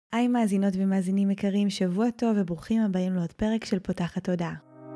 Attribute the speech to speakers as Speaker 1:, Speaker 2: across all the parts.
Speaker 1: היי מאזינות ומאזינים יקרים, שבוע טוב וברוכים הבאים לעוד פרק של פותחת תודעה.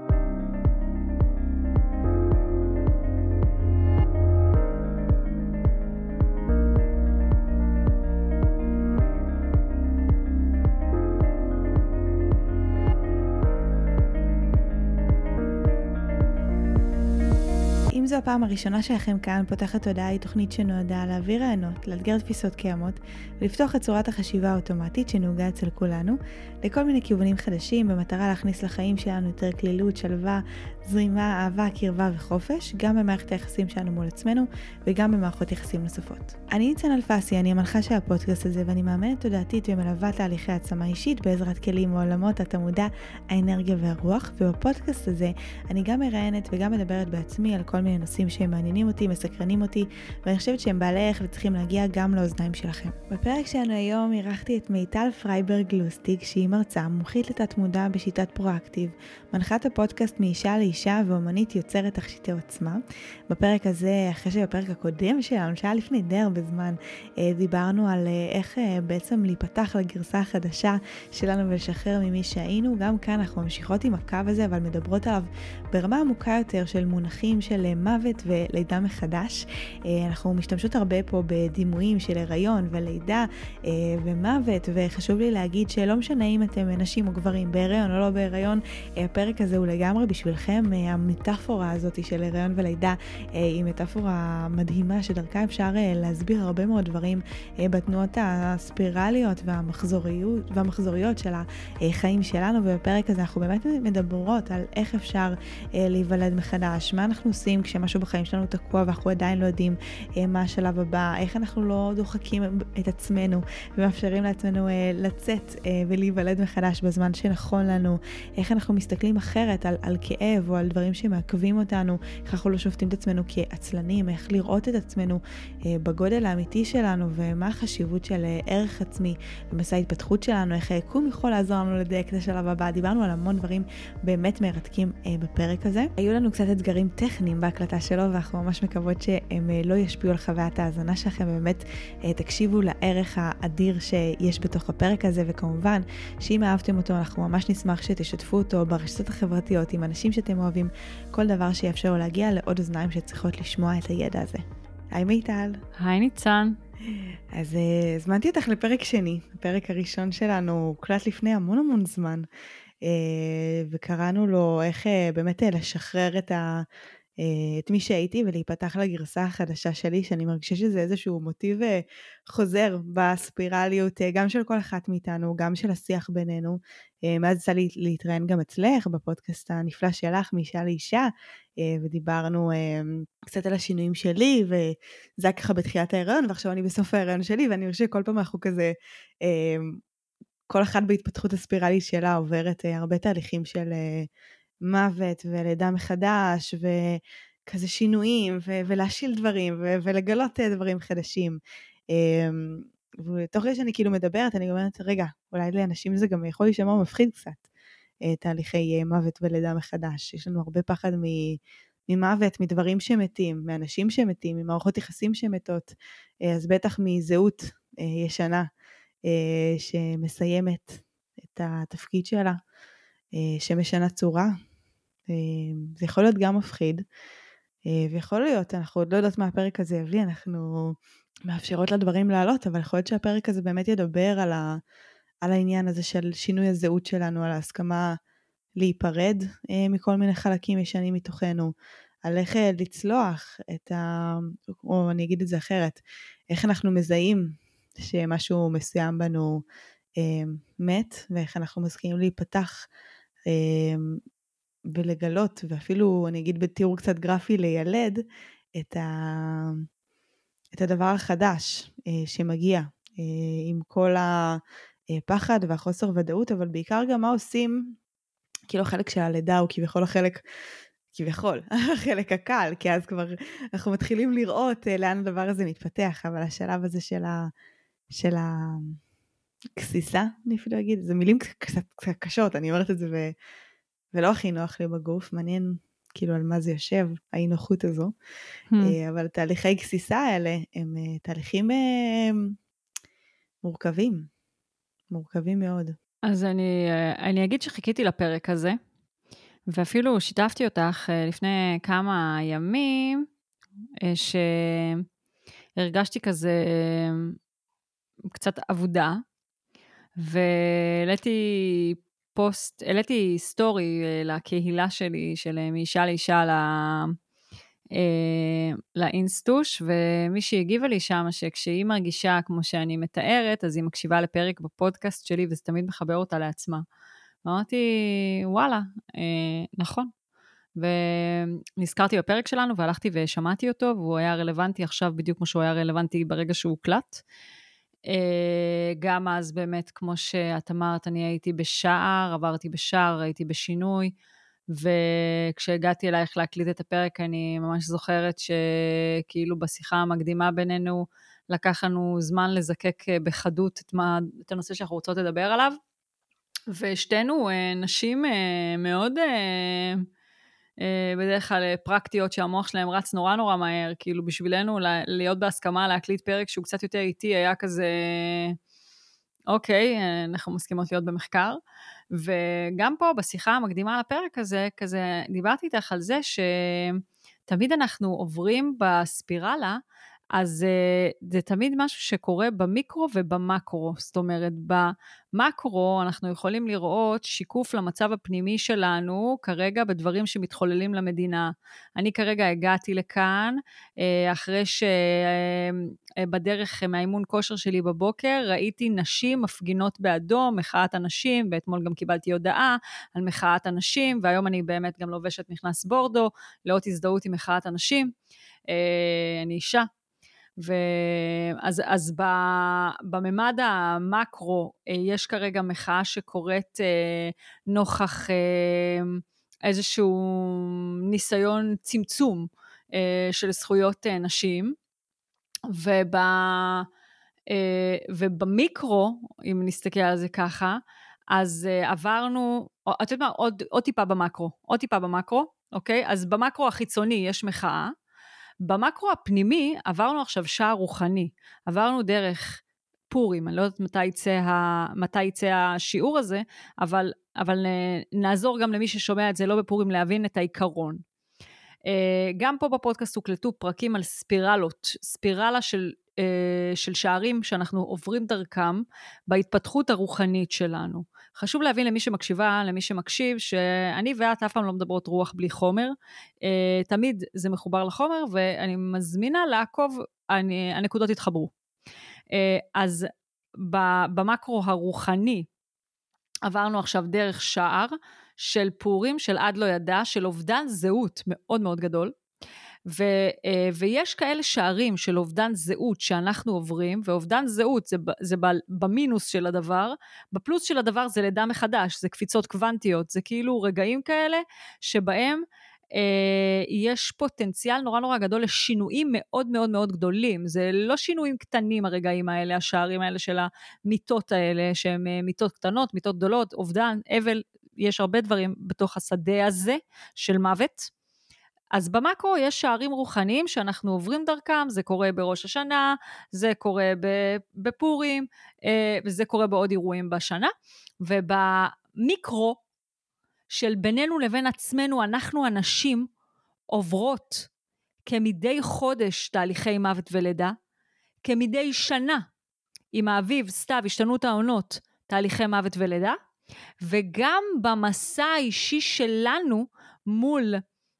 Speaker 1: אם זו הפעם הראשונה שלכם כאן, פותחת תודעה היא תוכנית שנועדה להעביר רעיונות, לאתגר תפיסות קיימות ולפתוח את צורת החשיבה האוטומטית שנהוגה אצל כולנו לכל מיני כיוונים חדשים במטרה להכניס לחיים שלנו יותר כלילות, שלווה, זרימה, אהבה, קרבה וחופש, גם במערכת היחסים שלנו מול עצמנו וגם במערכות יחסים נוספות. אני ניצן אלפסי, אני המנחה של הפודקאסט הזה ואני מאמנת תודעתית ומלווה תהליכי העצמה אישית בעזרת כלים מעולמות התמודע, האנרגיה והרוח, ובפודקאסט הזה אני גם מראיינת וגם מדברת בעצמי על כל מיני נושאים שהם מעניינים אותי, מסקרנים אותי, ואני חושבת שהם בעלי ערך וצריכים להגיע גם לאוזניים שלכם. בפרק שלנו היום אירחתי את מיטל פרייברג לוסטיג, שהיא מרצה, מומחית לתת מודע בשיטת פרואקטיב, מנחת הפודקאסט מאישה לאישה ואומנית יוצרת תכשיטי עוצמה. בפרק הזה, אחרי שבפרק הקודם שלנו, שהיה לפני די הרבה זמן, דיברנו על איך בעצם להיפתח לגרסה החדשה שלנו ולשחרר ממי שהיינו. גם כאן אנחנו ממשיכות עם הקו הזה, אבל מדברות עליו ברמה עמוקה יותר של מונחים של מוות ולידה מחדש. אנחנו משתמשות הרבה פה בדימויים של הריון ולידה ומוות, וחשוב לי להגיד שלא משנה אם אתם נשים או גברים, בהיריון או לא בהיריון, הפרק הזה הוא לגמרי בשבילכם. המטאפורה הזאת של הריון ולידה היא מטאפורה מדהימה שדרכה אפשר להסביר הרבה מאוד דברים בתנועות הספירליות והמחזוריות של החיים שלנו, ובפרק הזה אנחנו באמת מדברות על איך אפשר להיוולד מחדש, מה אנחנו עושים כשמשהו בחיים שלנו תקוע ואנחנו עדיין לא יודעים מה השלב הבא, איך אנחנו לא דוחקים את עצמנו ומאפשרים לעצמנו לצאת ולהיוולד מחדש בזמן שנכון לנו, איך אנחנו מסתכלים אחרת על כאב או על דברים שמעכבים אותנו, איך אנחנו לא שופטים את עצמנו כעצלנים, איך לראות את עצמנו בגודל האמיתי שלנו ומה החשיבות של ערך עצמי במסע ההתפתחות שלנו, איך היקום יכול לעזור לנו לדייק את השלב הבא. דיברנו על המון דברים באמת מרתקים בפרק הזה. היו לנו קצת אתגרים טכניים בהקלטה שלו ואנחנו ממש מקוות שהם לא ישפיעו על חוויית ההאזנה שלכם, באמת תקשיבו לערך האדיר שיש בתוך הפרק הזה, וכמובן שאם אהבתם אותו אנחנו ממש נשמח שתשתפו אותו ברשתות החברתיות עם אנשים שאתם אוהבים, כל דבר שיאפשר להגיע לעוד אוזניים שצריכות לשמוע את הידע הזה. היי מיטל.
Speaker 2: היי ניצן.
Speaker 1: אז הזמנתי אותך לפרק שני. הפרק הראשון שלנו הוקלט לפני המון זמן, וקראנו לו איך באמת לשחרר את מי שהייתי ולהיפתח לגרסה החדשה שלי, שאני מרגישה שזה איזשהו מוטיב חוזר בספירליות, גם של כל אחת מאיתנו, גם של השיח בינינו. מאז יצא לי להתראיין גם אצלך בפודקאסט הנפלא שלך, מאישה לאישה, ודיברנו קצת על השינויים שלי, וזה היה ככה בתחילת ההיריון, ועכשיו אני בסוף ההיריון שלי, ואני חושבת שכל פעם אנחנו כזה, כל אחת בהתפתחות הספירלית שלה עוברת הרבה תהליכים של מוות ולידה מחדש וכזה שינויים ולהשיל דברים ולגלות דברים חדשים. ותוך כדי שאני כאילו מדברת אני אומרת רגע, אולי לאנשים זה גם יכול להישמע מפחיד קצת, תהליכי מוות ולידה מחדש. יש לנו הרבה פחד ממוות, מדברים שמתים, מאנשים שמתים, ממערכות יחסים שמתות, אז בטח מזהות ישנה שמסיימת את התפקיד שלה, שמשנה צורה. זה יכול להיות גם מפחיד, ויכול להיות, אנחנו עוד לא יודעות מה הפרק הזה יביא, אנחנו מאפשרות לדברים לעלות, אבל יכול להיות שהפרק הזה באמת ידבר על העניין הזה של שינוי הזהות שלנו, על ההסכמה להיפרד מכל מיני חלקים ישנים מתוכנו, על איך לצלוח או אני אגיד את זה אחרת, איך אנחנו מזהים שמשהו מסוים בנו מת, ואיך אנחנו מסכימים להיפתח ולגלות, ואפילו אני אגיד בתיאור קצת גרפי לילד את הדבר החדש שמגיע עם כל הפחד והחוסר ודאות, אבל בעיקר גם מה עושים, כאילו החלק של הלידה הוא כביכול החלק הקל, כי אז כבר אנחנו מתחילים לראות לאן הדבר הזה מתפתח, אבל השלב הזה של הכסיסה, אני אפילו אגיד, זה מילים קצת קשות, אני אומרת את זה ולא הכי נוח לי בגוף, מעניין כאילו על מה זה יושב, האי נוחות הזו, אבל תהליכי כסיסה האלה הם תהליכים מורכבים מורכבים מאוד.
Speaker 2: אז אני אגיד שחיכיתי לפרק הזה, ואפילו שיתפתי אותך לפני כמה ימים, שהרגשתי כזה קצת עבודה, העליתי סטורי לקהילה שלי, של מאישה לאישה לאינסטוש, ומישהי הגיבה לי שם שכשהיא מרגישה כמו שאני מתארת, אז היא מקשיבה לפרק בפודקאסט שלי, וזה תמיד מחבר אותה לעצמה. אמרתי, וואלה, נכון. ונזכרתי בפרק שלנו, והלכתי ושמעתי אותו, והוא היה רלוונטי עכשיו בדיוק כמו שהוא היה רלוונטי ברגע שהוא הוקלט. גם אז באמת, כמו שאת אמרת, אני הייתי בשער, עברתי בשער, הייתי בשינוי, וכשהגעתי אלייך להקליט את הפרק, אני ממש זוכרת שכאילו בשיחה המקדימה בינינו, לקח לנו זמן לזקק בחדות את הנושא שאנחנו רוצות לדבר עליו, ושתינו נשים מאוד בדרך כלל פרקטיות שהמוח שלהם רץ נורא נורא מהר, כאילו בשבילנו להיות בהסכמה להקליט פרק שהוא קצת יותר איטי, היה כזה, אוקיי, אנחנו מסכימות להיות במחקר, וגם פה בשיחה המקדימה לפרק הזה, כזה דיברתי איתך על זה שתמיד אנחנו עוברים בספירלה, אז זה תמיד משהו שקורה במיקרו ובמקרו, זאת אומרת, במקרו אנחנו יכולים לראות שיקוף למצב הפנימי שלנו, כרגע בדברים שמתחוללים למדינה. אני כרגע הגעתי לכאן, אחרי שבדרך מהאימון כושר שלי בבוקר, ראיתי נשים מפגינות באדום, מחאת הנשים, ואתמול גם קיבלתי הודעה על מחאת הנשים, והיום אני באמת גם לובשת מכנס בורדו, לאות הזדהות עם מחאת הנשים, אני אישה, אז בממד המקרו יש כרגע מחאה שקורית נוכח איזשהו ניסיון צמצום של זכויות נשים, ובמיקרו, אם נסתכל על זה ככה, אז עברנו, את יודעת מה, עוד טיפה במקרו, אוקיי? אז במקרו החיצוני יש מחאה, במקרו הפנימי עברנו עכשיו שער רוחני, עברנו דרך פורים, אני לא יודעת מתי יצא השיעור הזה, אבל נעזור גם למי ששומע את זה לא בפורים להבין את העיקרון. גם פה בפודקאסט הוקלטו פרקים על ספירלה של שערים שאנחנו עוברים דרכם בהתפתחות הרוחנית שלנו. חשוב להבין למי שמקשיבה, למי שמקשיב, שאני ואת אף פעם לא מדברות רוח בלי חומר, תמיד זה מחובר לחומר, ואני מזמינה לעקוב, הנקודות יתחברו. אז במקרו הרוחני, עברנו עכשיו דרך שער של פורים, של עד לא ידע, של אובדן זהות מאוד מאוד גדול, ויש כאלה שערים של אובדן זהות שאנחנו עוברים, ואובדן זהות זה במינוס של הדבר, בפלוס של הדבר זה לידה מחדש, זה קפיצות קוונטיות, זה כאילו רגעים כאלה שבהם יש פוטנציאל נורא נורא גדול לשינויים מאוד מאוד מאוד גדולים, זה לא שינויים קטנים הרגעים האלה, השערים האלה של המיטות האלה, שהן מיטות קטנות, מיטות גדולות, אובדן, אבל, יש הרבה דברים בתוך השדה הזה של מוות, אז במקרו יש שערים רוחניים שאנחנו עוברים דרכם, זה קורה בראש השנה, זה קורה בפורים, וזה קורה בעוד אירועים בשנה, ובמיקרו של בינינו לבין עצמנו, אנחנו אנשים עוברות כמדי חודש תהליכי מוות ולידה, כמדי שנה עם האביב, סתיו, השתנות העונות, תהליכי מוות ולידה, וגם במסע האישי שלנו מול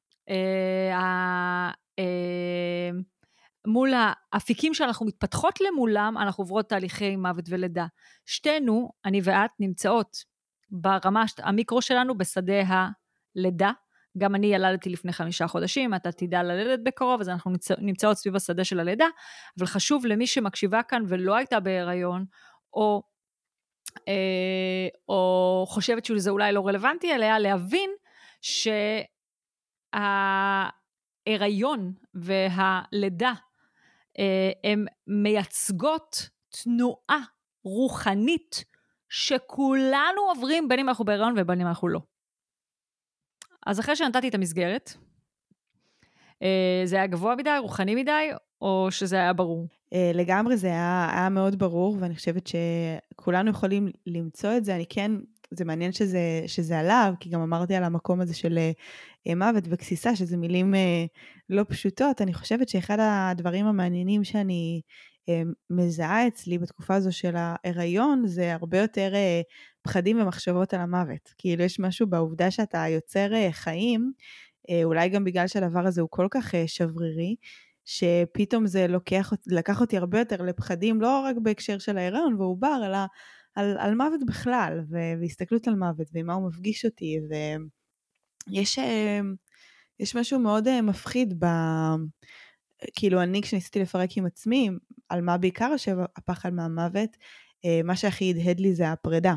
Speaker 2: מול האפיקים שאנחנו מתפתחות למולם, אנחנו עוברות תהליכי מוות ולידה. שתינו, אני ואת, נמצאות ברמה המיקרו שלנו בשדה הלידה, גם אני ילדתי לפני 5 חודשים, אתה תדע ללדת בקרוב, אז אנחנו נמצאות סביב השדה של הלידה, אבל חשוב למי שמקשיבה כאן ולא הייתה בהיריון, או חושבת שזה אולי לא רלוונטי אליה, להבין ההיריון והלידה הן מייצגות תנועה רוחנית שכולנו עוברים בין אם אנחנו בהיריון ובין אם אנחנו לא. אז אחרי שנתתי את המסגרת, זה היה גבוה מדי, רוחני מדי, או שזה היה ברור?
Speaker 1: לגמרי זה היה מאוד ברור, ואני חושבת שכולנו יכולים למצוא את זה. אני כן, זה מעניין שזה עליו, כי גם אמרתי על המקום הזה של מוות וגסיסה, שזה מילים לא פשוטות. אני חושבת שאחד הדברים המעניינים שאני מזהה אצלי בתקופה הזו של ההיריון, זה הרבה יותר פחדים ומחשבות על המוות. כאילו יש משהו בעובדה שאתה יוצר חיים, אולי גם בגלל שהדבר הזה הוא כל כך שברירי, שפתאום זה לקח אותי הרבה יותר לפחדים, לא רק בהקשר של ההיריון ועובר, אלא על מוות בכלל, והסתכלות על מוות, ומה הוא מפגיש אותי, ויש משהו מאוד מפחיד כאילו אני כשניסיתי לפרק עם עצמי, על מה בעיקר יושב הפחד מהמוות, מה שהכי הדהד לי זה הפרידה.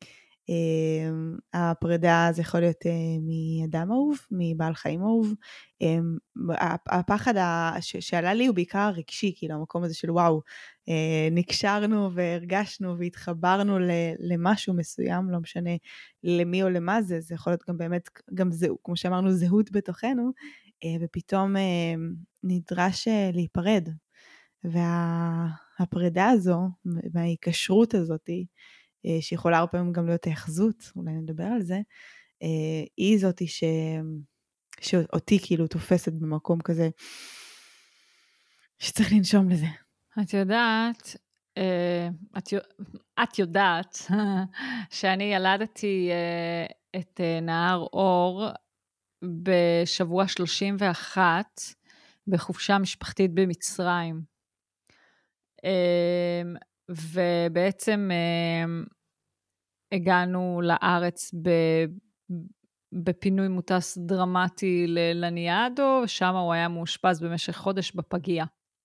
Speaker 1: הפרידה זה יכול להיות מאדם אהוב, מבעל חיים אהוב. הפחד שעלה לי הוא בעיקר רגשי, כאילו המקום הזה של וואו, נקשרנו והרגשנו והתחברנו למשהו מסוים, לא משנה למי או למה זה, זה יכול להיות גם באמת, גם זהו, כמו שאמרנו, זהות בתוכנו, ופתאום נדרש להיפרד. והפרידה הזו, וההיקשרות הזאת, שיכולה הרבה פעמים גם להיות היחזות, אולי נדבר על זה, היא זאת שאותי כאילו תופסת במקום כזה, שצריך לנשום לזה.
Speaker 2: את יודעת, את יודעת שאני ילדתי את נהר אור בשבוע 31 בחופשה משפחתית במצרים. ובעצם הגענו לארץ בפינוי מוטס דרמטי ללניאדו, ושם הוא היה מאושפז במשך חודש בפגייה.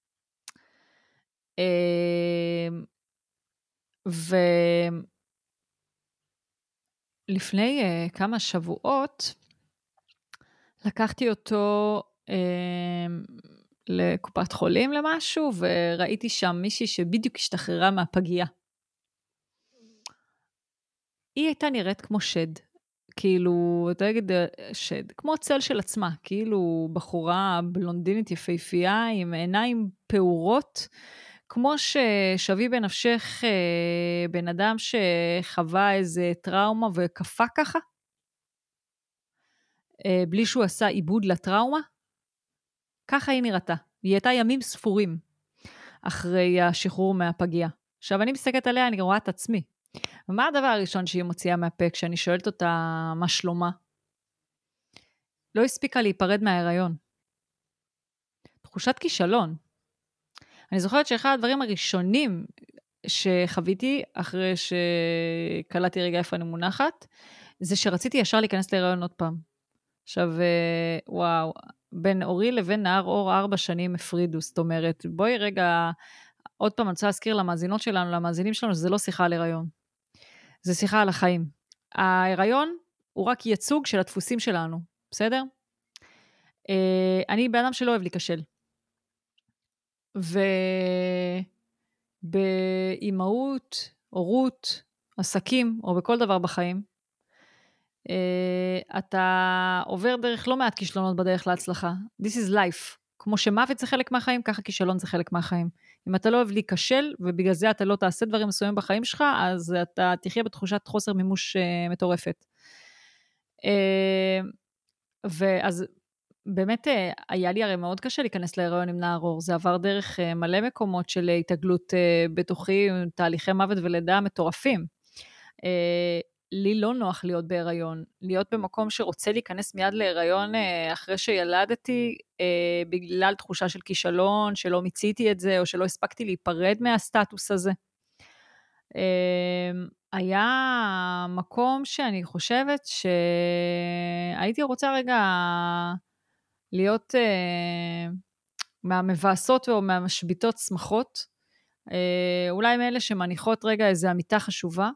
Speaker 2: ולפני כמה שבועות לקחתי אותו לקופת חולים למשהו, וראיתי שם מישהי שבדיוק השתחררה מהפגייה. היא הייתה נראית כמו שד, כאילו, אתה אגיד שד, כמו צל של עצמה, כאילו בחורה בלונדינית יפהפייה, עם עיניים פעורות, כמו ששווי בנפשך בן אדם שחווה איזה טראומה וקפה ככה, בלי שהוא עשה עיבוד לטראומה, ככה היא נראתה. היא הייתה ימים ספורים אחרי השחרור מהפגייה. עכשיו אני מסתכלת עליה, אני רואה את עצמי. ומה הדבר הראשון שהיא מוציאה מהפה כשאני שואלת אותה מה שלומה? לא הספיקה להיפרד מההיריון. תחושת כישלון. אני זוכרת שאחד הדברים הראשונים שחוויתי אחרי שקלטתי רגע איפה אני מונחת, זה שרציתי ישר להיכנס להיריון עוד פעם. עכשיו, וואו, בין אורי לבין נהר אור 4 שנים הפרידו, זאת אומרת, בואי רגע, עוד פעם אני רוצה להזכיר למאזינות שלנו, למאזינים שלנו, שזה לא שיחה על הריון. זה שיחה על החיים. ההיריון הוא רק ייצוג של הדפוסים שלנו, בסדר? אני באדם שלא אוהב להיכשל. ובאימהות, הורות, עסקים, או בכל דבר בחיים, אתה עובר דרך לא מעט כישלונות בדרך להצלחה. This is life. כמו שמוות זה חלק מהחיים, ככה כישלון זה חלק מהחיים. אם אתה לא אוהב להיכשל, ובגלל זה אתה לא תעשה דברים מסוימים בחיים שלך, אז אתה תחיה בתחושת חוסר מימוש מטורפת. ואז באמת היה לי הרי מאוד קשה להיכנס להיריון עם נהר אור. זה עבר דרך מלא מקומות של התעגלות בתוכי, תהליכי מוות ולידה מטורפים. לי לא נוח להיות בהיריון, להיות במקום שרוצה להיכנס מיד להיריון אחרי שילדתי, בגלל תחושה של כישלון, שלא מיציתי את זה, או שלא הספקתי להיפרד מהסטטוס הזה. היה מקום שאני חושבת שהייתי רוצה רגע להיות מהמבאסות או מהמשביטות שמחות, אולי מאלה שמניחות רגע איזו אמיתה חשובה,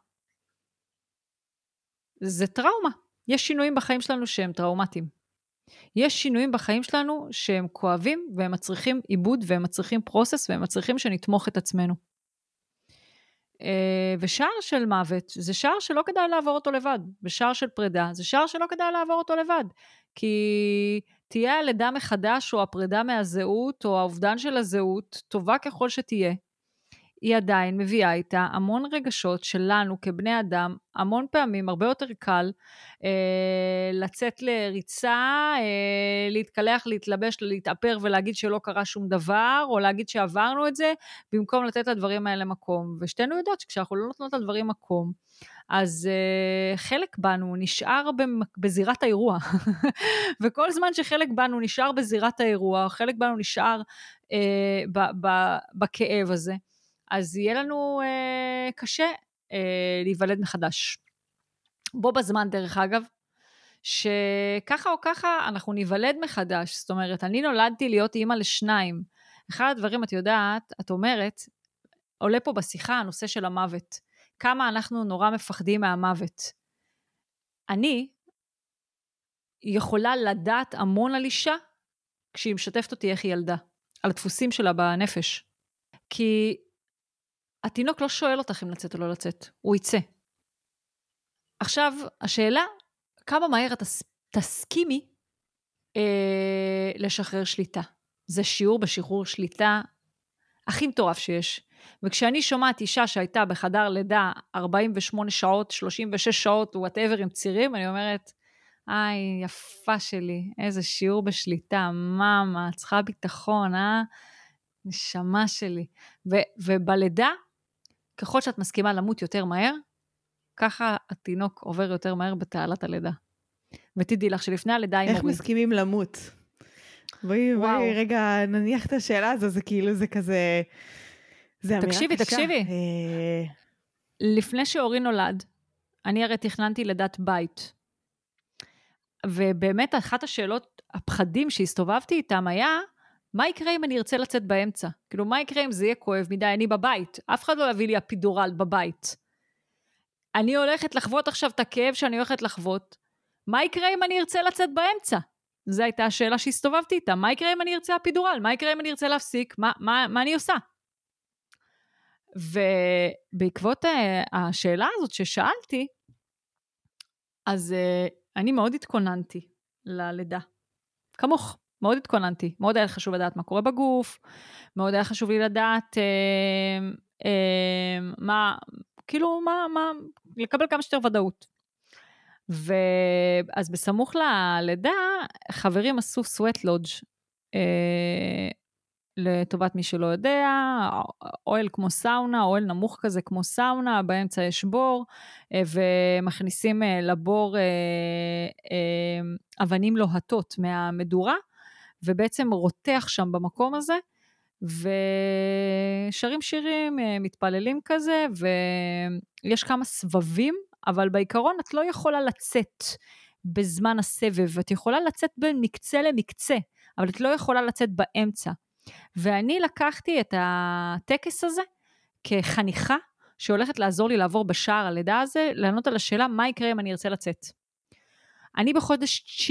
Speaker 2: זה טראומה. יש שינויים בחיים שלנו שהם טראומטיים. יש שינויים בחיים שלנו שהם כואבים, והם מצריכים עיבוד, והם מצריכים פרוסס, והם מצריכים שנתמוך את עצמנו. ושער של מוות, זה שער שלא כדאי לעבור אותו לבד. ושער של פרידה, זה שער שלא כדאי לעבור אותו לבד. כי תהיה הלידה מחדש, או הפרידה מהזהות, או האובדן של הזהות, טובה ככל שתהיה, היא עדיין מביאה איתה המון רגשות שלנו כבני אדם, המון פעמים, הרבה יותר קל, לצאת לריצה, להתקלח, להתלבש, להתאפר ולהגיד שלא קרה שום דבר, או להגיד שעברנו את זה, במקום לתת לדברים האלה מקום. ושתינו יודעות שכשאנחנו לא נותנות לדברים מקום, אז חלק בנו נשאר בזירת האירוע, וכל זמן שחלק בנו נשאר בזירת האירוע, חלק בנו נשאר בכאב הזה, אז יהיה לנו קשה להיוולד מחדש. בו בזמן דרך אגב, שככה או ככה אנחנו ניוולד מחדש, זאת אומרת, אני נולדתי להיות אימא לשניים, אחד הדברים את יודעת, את אומרת, עולה פה בשיחה הנושא של המוות, כמה אנחנו נורא מפחדים מהמוות. אני יכולה לדעת המון על אישה, כשהיא משתפת אותי איך היא ילדה, על הדפוסים שלה בנפש, כי התינוק לא שואל אותך אם לצאת או לא לצאת, הוא יצא. עכשיו, השאלה, כמה מהר את תסכימי לשחרר שליטה. זה שיעור בשחרור שליטה הכי מטורף שיש. וכשאני שומעת אישה שהייתה בחדר לידה 48 שעות, 36 שעות, whatever עם צירים, אני אומרת, איי, יפה שלי, איזה שיעור בשליטה, מאמה, צריכה ביטחון, נשמה שלי. ובלידה, ככל שאת מסכימה למות יותר מהר, ככה התינוק עובר יותר מהר בתעלת הלידה. ותדעי לך שלפני הלידה היא
Speaker 1: איך מסכימים למות? בואי רגע נניח את השאלה הזו, זה כאילו זה כזה, זה אמירה קשה.
Speaker 2: תקשיבי. לפני שאורי נולד, אני הרי תכננתי לידת בית. ובאמת אחת השאלות, הפחדים שהסתובבתי איתם היה, מה יקרה אם אני ארצה לצאת באמצע? כאילו, מה יקרה אם זה יהיה כואב מדי? אני בבית. אף אחד לא יביא לי אפידורל בבית. אני הולכת לחוות עכשיו את הכאב שאני הולכת לחוות. מה יקרה אם אני ארצה לצאת באמצע? זו הייתה השאלה שהסתובבתי איתה. מה יקרה אם אני ארצה אפידורל? מה יקרה אם אני ארצה להפסיק? מה אני עושה? ובעקבות השאלה הזאת ששאלתי, אז אני מאוד התכוננתי ללידה. כמוך. מאוד התכוננתי, מאוד היה חשוב לדעת מה קורה בגוף, מאוד היה חשוב לי לדעת לקבל כמה שיותר ודאות. ואז בסמוך ללידה, חברים עשו סווט לודג' לטובת מי שלא יודע, אוהל כמו סאונה, אוהל נמוך כזה כמו סאונה, באמצע יש בור, ומכניסים לבור אבנים לוהטות מהמדורה, ובעצם רותח שם במקום הזה, ושרים שירים, מתפללים כזה, ויש כמה סבבים, אבל בעיקרון את לא יכולה לצאת בזמן הסבב, את יכולה לצאת בין מקצה למקצה, אבל את לא יכולה לצאת באמצע. ואני לקחתי את הטקס הזה כחניכה, שהולכת לעזור לי לעבור בשער הלידה הזה, לענות על השאלה, מה יקרה אם אני ארצה לצאת? אני בחודש 9,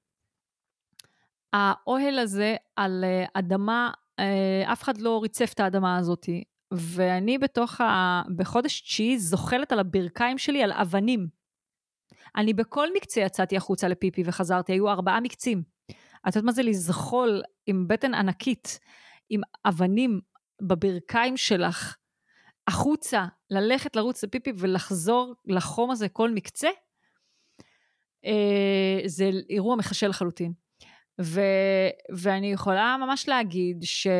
Speaker 2: האוהל הזה על אדמה, אף אחד לא ריצף את האדמה הזאת, ואני בחודש 9 זוחלת על הברכיים שלי על אבנים. אני בכל מקצה יצאתי החוצה לפיפי וחזרתי, היו 4 מקצים. את יודעת מה זה לזחול עם בטן ענקית, עם אבנים בברכיים שלך, החוצה, ללכת לרוץ לפיפי ולחזור לחום הזה כל מקצה? זה אירוע מחשל לחלוטין. ואני יכולה ממש להגיד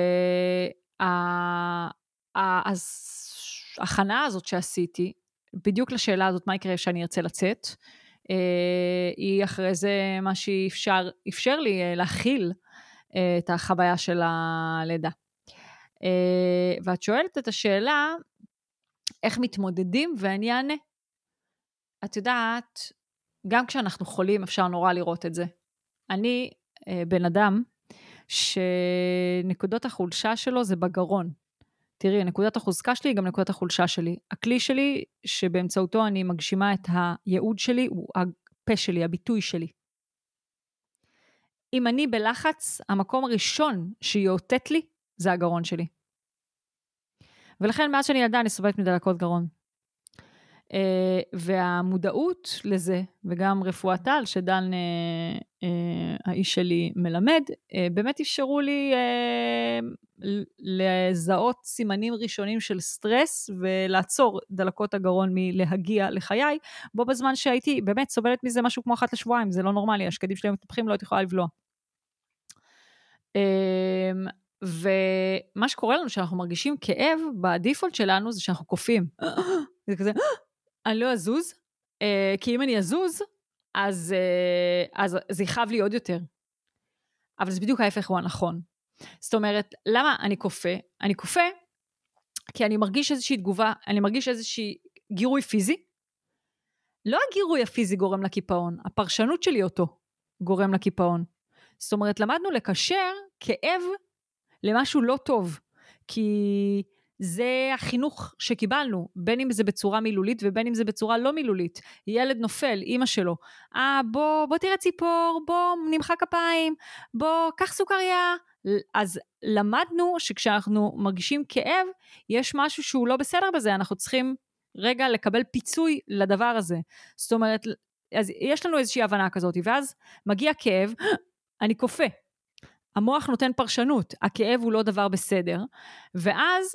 Speaker 2: שההכנה הזאת שעשיתי, בדיוק לשאלה הזאת, מה יקרה שאני ארצה לצאת, היא אחרי זה מה שאפשר לי להכיל את החוויה של הלידה. ואת שואלת את השאלה, איך מתמודדים, ואני אענה. את יודעת, גם כשאנחנו חולים אפשר נורא לראות את זה. אני בן אדם שנקודות החולשה שלו זה בגרון. תראי, נקודת החוזקה שלי היא גם נקודת החולשה שלי. הכלי שלי שבאמצעותו אני מגשימה את הייעוד שלי הוא הפה שלי, הביטוי שלי. אם אני בלחץ, המקום הראשון שיאותת לי זה הגרון שלי. ולכן מאז שאני ילדה אני סובלת מדלקות גרון. והמודעות לזה, וגם רפואת על, שדן האיש שלי מלמד, באמת אפשרו לי לזהות סימנים ראשונים של סטרס, ולעצור דלקות הגרון מלהגיע לחיי, בו בזמן שהייתי באמת סובלת מזה משהו כמו 1 לשבועיים, זה לא נורמלי, השקדים שלי מתפחים, לא הייתי יכולה לבלוע. ומה שקורה לנו, שאנחנו מרגישים כאב, בדיפולט שלנו, זה שאנחנו קופים. זה כזה, אני לא אזוז, כי אם אני אזוז, אז זה יכאב לי עוד יותר. אבל זה בדיוק ההפך הוא הנכון. זאת אומרת, למה אני קופה? אני קופה כי אני מרגיש איזושהי תגובה, אני מרגיש איזושהי גירוי פיזי. לא הגירוי הפיזי גורם לקיפאון, הפרשנות שלי אותו גורם לקיפאון. זאת אומרת, למדנו לקשר כאב למשהו לא טוב, כי זה החינוך שקיבלנו, בין אם זה בצורה מילולית ובין אם זה בצורה לא מילולית. ילד נופל, אמא שלו, בוא תראה ציפור, בוא נמחא כפיים, בוא קח סוכריה. אז למדנו שכשאנחנו מרגישים כאב, יש משהו שהוא לא בסדר בזה, אנחנו צריכים רגע לקבל פיצוי לדבר הזה. זאת אומרת, אז יש לנו איזושהי הבנה כזאת, ואז מגיע כאב, אני קופה. המוח נותן פרשנות, הכאב הוא לא דבר בסדר, ואז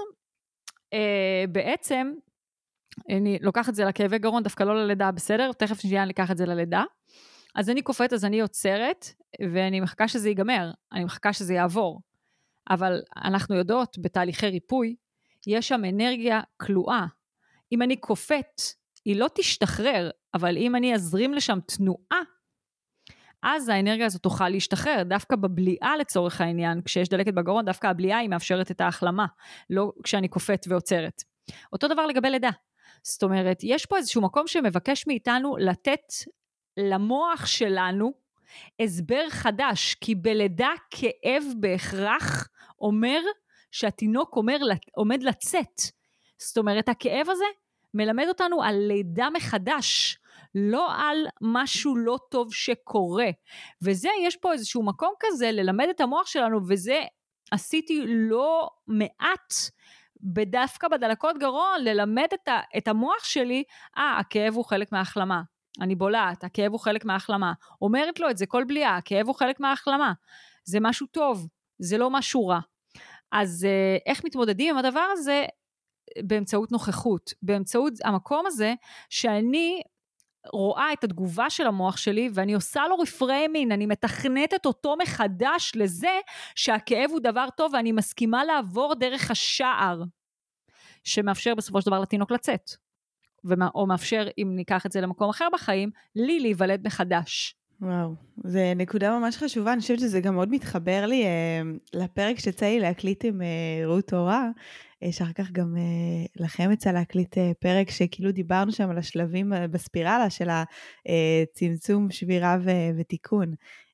Speaker 2: בעצם, אני לוקח את זה לכאבי גרון, דווקא לא ללידה בסדר, תכף שנייה אני אקח את זה ללידה, אז אני קופאת, אז אני יוצרת, ואני מחכה שזה ייגמר, אני מחכה שזה יעבור, אבל אנחנו יודעות, בתהליכי ריפוי, יש שם אנרגיה כלואה, אם אני קופאת, היא לא תשתחרר, אבל אם אני אזרים לשם תנועה, אז האנרגיה הזאת תוכל להשתחרר, דווקא בבליעה לצורך העניין, כשיש דלקת בגרון, דווקא הבליעה היא מאפשרת את ההחלמה, לא כשאני קופאת ועוצרת. אותו דבר לגבי לידה, זאת אומרת, יש פה איזשהו מקום שמבקש מאיתנו לתת למוח שלנו הסבר חדש, כי בלידה כאב בהכרח אומר שהתינוק עומד לצאת, זאת אומרת, הכאב הזה מלמד אותנו על לידה מחדש, לא על משהו לא טוב שקורה, וזה יש פה איזשהו מקום כזה ללמד את המוח שלנו, וזה עשיתי לא מעט בדווקא בדלקות גרון, ללמד את המוח שלי, הכאב הוא חלק מההחלמה, אני בולעת, הכאב הוא חלק מההחלמה, אומרת לו את זה כל בליעה, הכאב הוא חלק מההחלמה, זה משהו טוב, זה לא משהו רע. אז איך מתמודדים עם הדבר הזה? באמצעות נוכחות, באמצעות המקום הזה שאני רואה את התגובה של המוח שלי, ואני עושה לו רפריימינג, אני מתכנתת אותו מחדש לזה שהכאב הוא דבר טוב, ואני מסכימה לעבור דרך השער, שמאפשר בסופו של דבר לתינוק לצאת, או מאפשר, אם ניקח את זה למקום אחר בחיים, לי להיוולד מחדש.
Speaker 1: וואו, זה נקודה ממש חשובה, אני חושבת שזה גם מאוד מתחבר לי לפרק שצא לי להקליט עם רות תורה, שאחר כך גם לכם יצא להקליט פרק שכאילו דיברנו שם על השלבים בספירלה של הצמצום, שבירה ותיקון.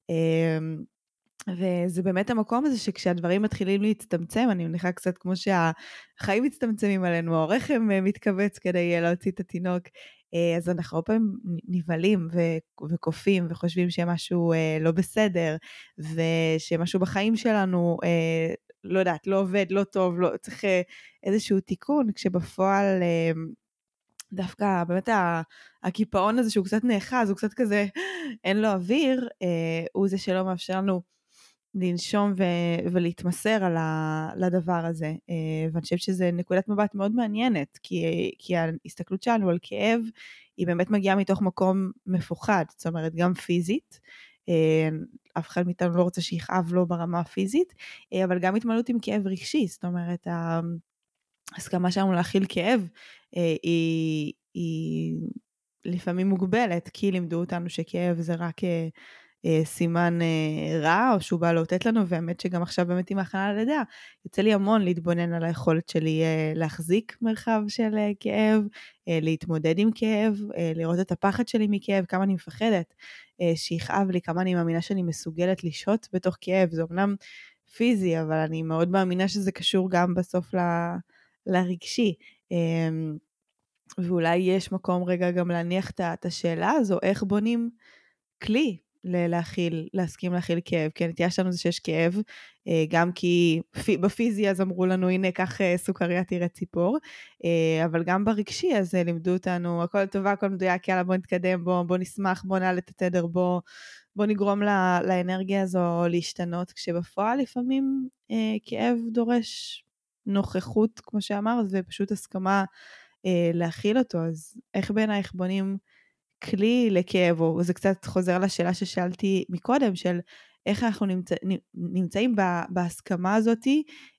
Speaker 1: וזה באמת המקום הזה שכשהדברים מתחילים להצטמצם, אני מניחה קצת כמו שהחיים מצטמצמים עלינו, הרחם מתכווץ כדי להוציא את התינוק, אז אנחנו הרבה פעמים נבהלים וקופים וחושבים שמשהו לא בסדר, ושמשהו בחיים שלנו, לא יודעת, לא עובד, לא טוב, לא, צריך איזשהו תיקון, כשבפועל דווקא באמת הקיפאון הזה שהוא קצת נאחז, הוא קצת כזה, אין לו אוויר, הוא זה שלא מאפשר לנו לנשום ולהתמסר לדבר הזה, ואני חושבת שזה נקודת מבט מאוד מעניינת, כי ההסתכלות שלנו על כאב, היא באמת מגיעה מתוך מקום מפוחד, זאת אומרת גם פיזית, אף אחד מאיתנו לא רוצה שיכאב לו ברמה הפיזית, אבל גם התמודדות עם כאב רגשי, זאת אומרת, ההסכמה שלנו להכיל כאב, היא לפעמים מוגבלת, כי לימדו אותנו שכאב זה רק סימן רע, או שהוא בא לאותת לנו, והאמת שגם עכשיו באמת עם ההכנה ללידה, יוצא לי המון להתבונן על היכולת שלי להחזיק מרחב של כאב, להתמודד עם כאב, לראות את הפחד שלי מכאב, כמה אני מפחדת שיכאב לי, כמה אני מאמינה שאני מסוגלת לשהות בתוך כאב, זה אמנם פיזי, אבל אני מאוד מאמינה שזה קשור גם בסוף לרגשי, ואולי יש מקום רגע גם להניח את השאלה הזו, איך בונים כלי להסכים להכיל כאב, כי הנטייה שלנו זה שיש כאב, גם כי בפיזי אז אמרו לנו, הנה, קח סוכריה תראה ציפור, אבל גם ברגשי, אז לימדו אותנו, הכל טובה, הכל מדויק, יאללה, בוא נתקדם, בוא נשמח, בוא נעלה את התדר, בוא נגרום לאנרגיה הזו להשתנות, כשבפועל לפעמים כאב דורש נוכחות, כמו שאמר, ופשוט הסכמה להכיל אותו. אז איך בעינייך בונים כלי לכאב, או זה קצת חוזר לשאלה ששאלתי מקודם, של איך אנחנו נמצאים בהסכמה הזאת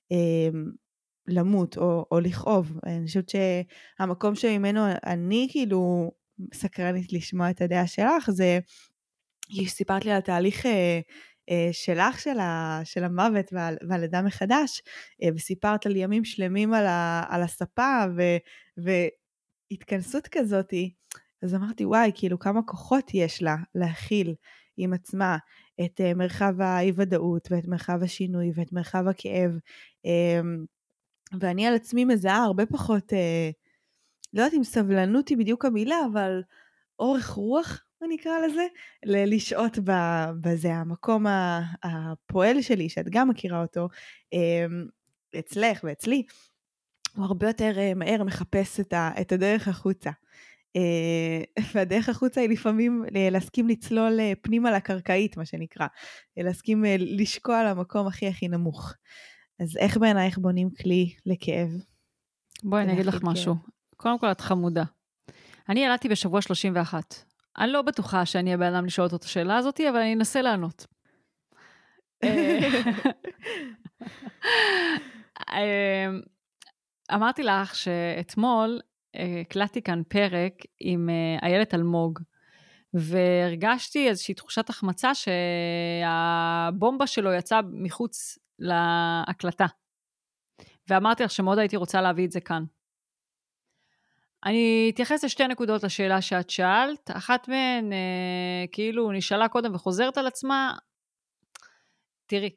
Speaker 1: למות או לכאוב. אני חושבת שהמקום שממנו אני כאילו סקרנית לשמוע את הדעה שלך, זה סיפרת לי על התהליך שלך של המוות והלידה מחדש, וסיפרת על ימים שלמים על הספה והתכנסות כזאת, אז אמרתי וואי, כאילו כמה כוחות יש לה להכיל עם עצמה את מרחב האי-ודאות ואת מרחב השינוי ואת מרחב הכאב, ואני על עצמי מזהה הרבה פחות, לא יודעת אם סבלנות היא בדיוק המילה, אבל אורך רוח, אני אקרא לזה, לשעות בזה, המקום הפועל שלי, שאת גם מכירה אותו, אצלך ואצלי, הוא הרבה יותר מהר מחפש את הדרך החוצה. והדרך החוצה היא לפעמים להסכים לצלול פנימה לקרקעית, מה שנקרא, להסכים לשקוע למקום הכי הכי נמוך. אז איך בעינייך בונים כלי לכאב?
Speaker 2: בואי אני אגיד לך משהו. קודם כל את חמודה. אני ילדתי בשבוע 31. אני לא בטוחה שאני אהיה באדם לשאול את השאלה הזאת, אבל אני אנסה לענות. אמרתי לך שאתמול הקלטתי כאן פרק עם איילת אלמוג, והרגשתי איזושהי תחושת החמצה שהבומבה שלו יצאה מחוץ להקלטה. ואמרתי לך שמאוד הייתי רוצה להביא את זה כאן. אני אתייחס לשתי נקודות לשאלה שאת שאלת, אחת מהן כאילו נשאלה קודם וחוזרת על עצמה. תראי,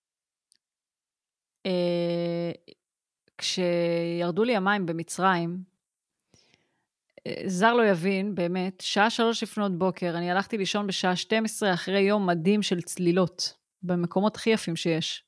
Speaker 2: כשירדו לי המים במצרים, זר לא יבין, באמת, שעה 3 לפנות בוקר, אני הלכתי לישון בשעה 12 אחרי יום מדהים של צלילות, במקומות הכי יפים שיש.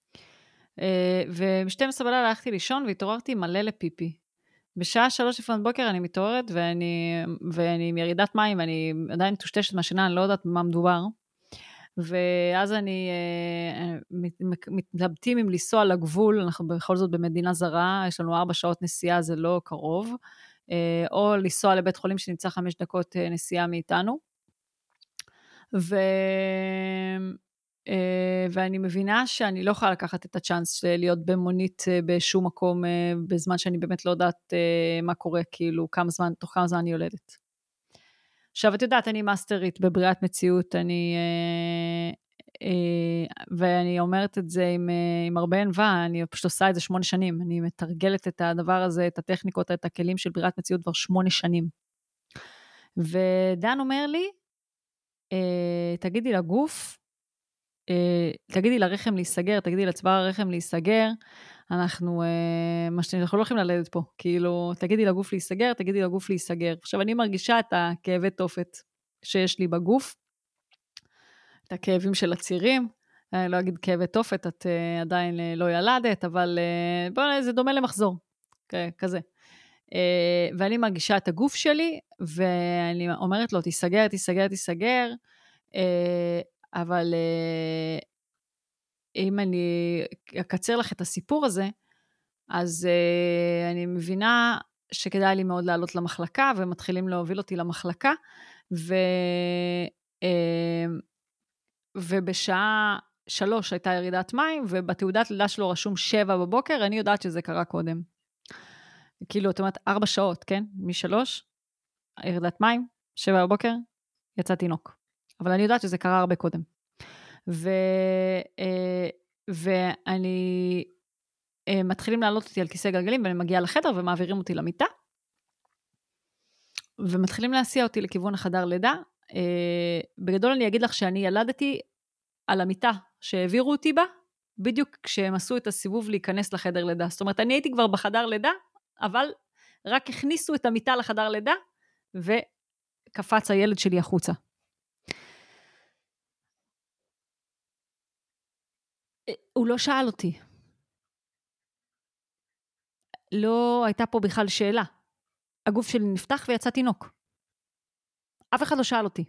Speaker 2: וב-12 בלילה הלכתי לישון והתעוררתי מלא לפיפי. בשעה 3 לפנות בוקר אני מתעוררת ואני עם ירידת מים, ואני עדיין טושטשת מהשינה, אני לא יודעת במה מדובר. ואז אני מתלבטים אם לנסוע לגבול, אנחנו בכל זאת במדינה זרה, יש לנו 4 שעות נסיעה, זה לא קרוב, או לנסוע לבית חולים שנמצא 5 דקות נסיעה מאיתנו. ואני מבינה שאני לא יכולה לקחת את הצ'אנס להיות במונית בשום מקום, בזמן שאני באמת לא יודעת מה קורה, כאילו תוך כמה זמן אני יולדת. עכשיו את יודעת, אני מאסטרית בבריאת מציאות, ואני אומרת את זה עם הרבה ענווה, אני פשוט עושה את זה 8 שנים, אני מתרגלת את הדבר הזה, את הטכניקות, את הכלים של בריאת מציאות כבר 8 שנים. ודן אומר לי, תגידי לגוף, תגידי לרחם להיסגר, תגידי לצוואר הרחם להיסגר, אנחנו לא הולכים ללדת פה, כאילו, תגידי לגוף להיסגר, תגידי לגוף להיסגר. עכשיו, אני מרגישה את הכאבי תופת שיש לי בגוף, את הכאבים של הצירים, אני לא אגיד כאבי תופת, את עדיין לא ילדת, אבל זה דומה למחזור, כזה. ואני מרגישה את הגוף שלי, ואני אומרת לו, תיסגר, תיסגר, תיסגר, אבל אם אני אקצר לך את הסיפור הזה, אז אני מבינה שכדאי לי מאוד לעלות למחלקה, ומתחילים להוביל אותי למחלקה, ובשעה 3 הייתה ירידת מים, ובתעודת לידה שלו רשום 7 בבוקר, אני יודעת שזה קרה קודם. כאילו, זאת אומרת, 4 שעות, כן? מ3, ירידת מים, 7 בבוקר, יצא תינוק. אבל אני יודעת שזה קרה הרבה קודם. ואני מתחילים לעלות אותי על כיסא גלגלים, ואני מגיעה לחדר ומעבירים אותי למיטה, ומתחילים להסיע אותי לכיוון החדר לידה. בגדול אני אגיד לך שאני ילדתי על המיטה שהעבירו אותי בה, בדיוק כשהם עשו את הסיבוב להיכנס לחדר לידה. זאת אומרת, אני הייתי כבר בחדר לידה, אבל רק הכניסו את המיטה לחדר לידה, וקפץ הילד שלי החוצה. הוא לא שאל אותי. לא הייתה פה בכלל שאלה. הגוף שלי נפתח ויצא תינוק. אף אחד לא שאל אותי.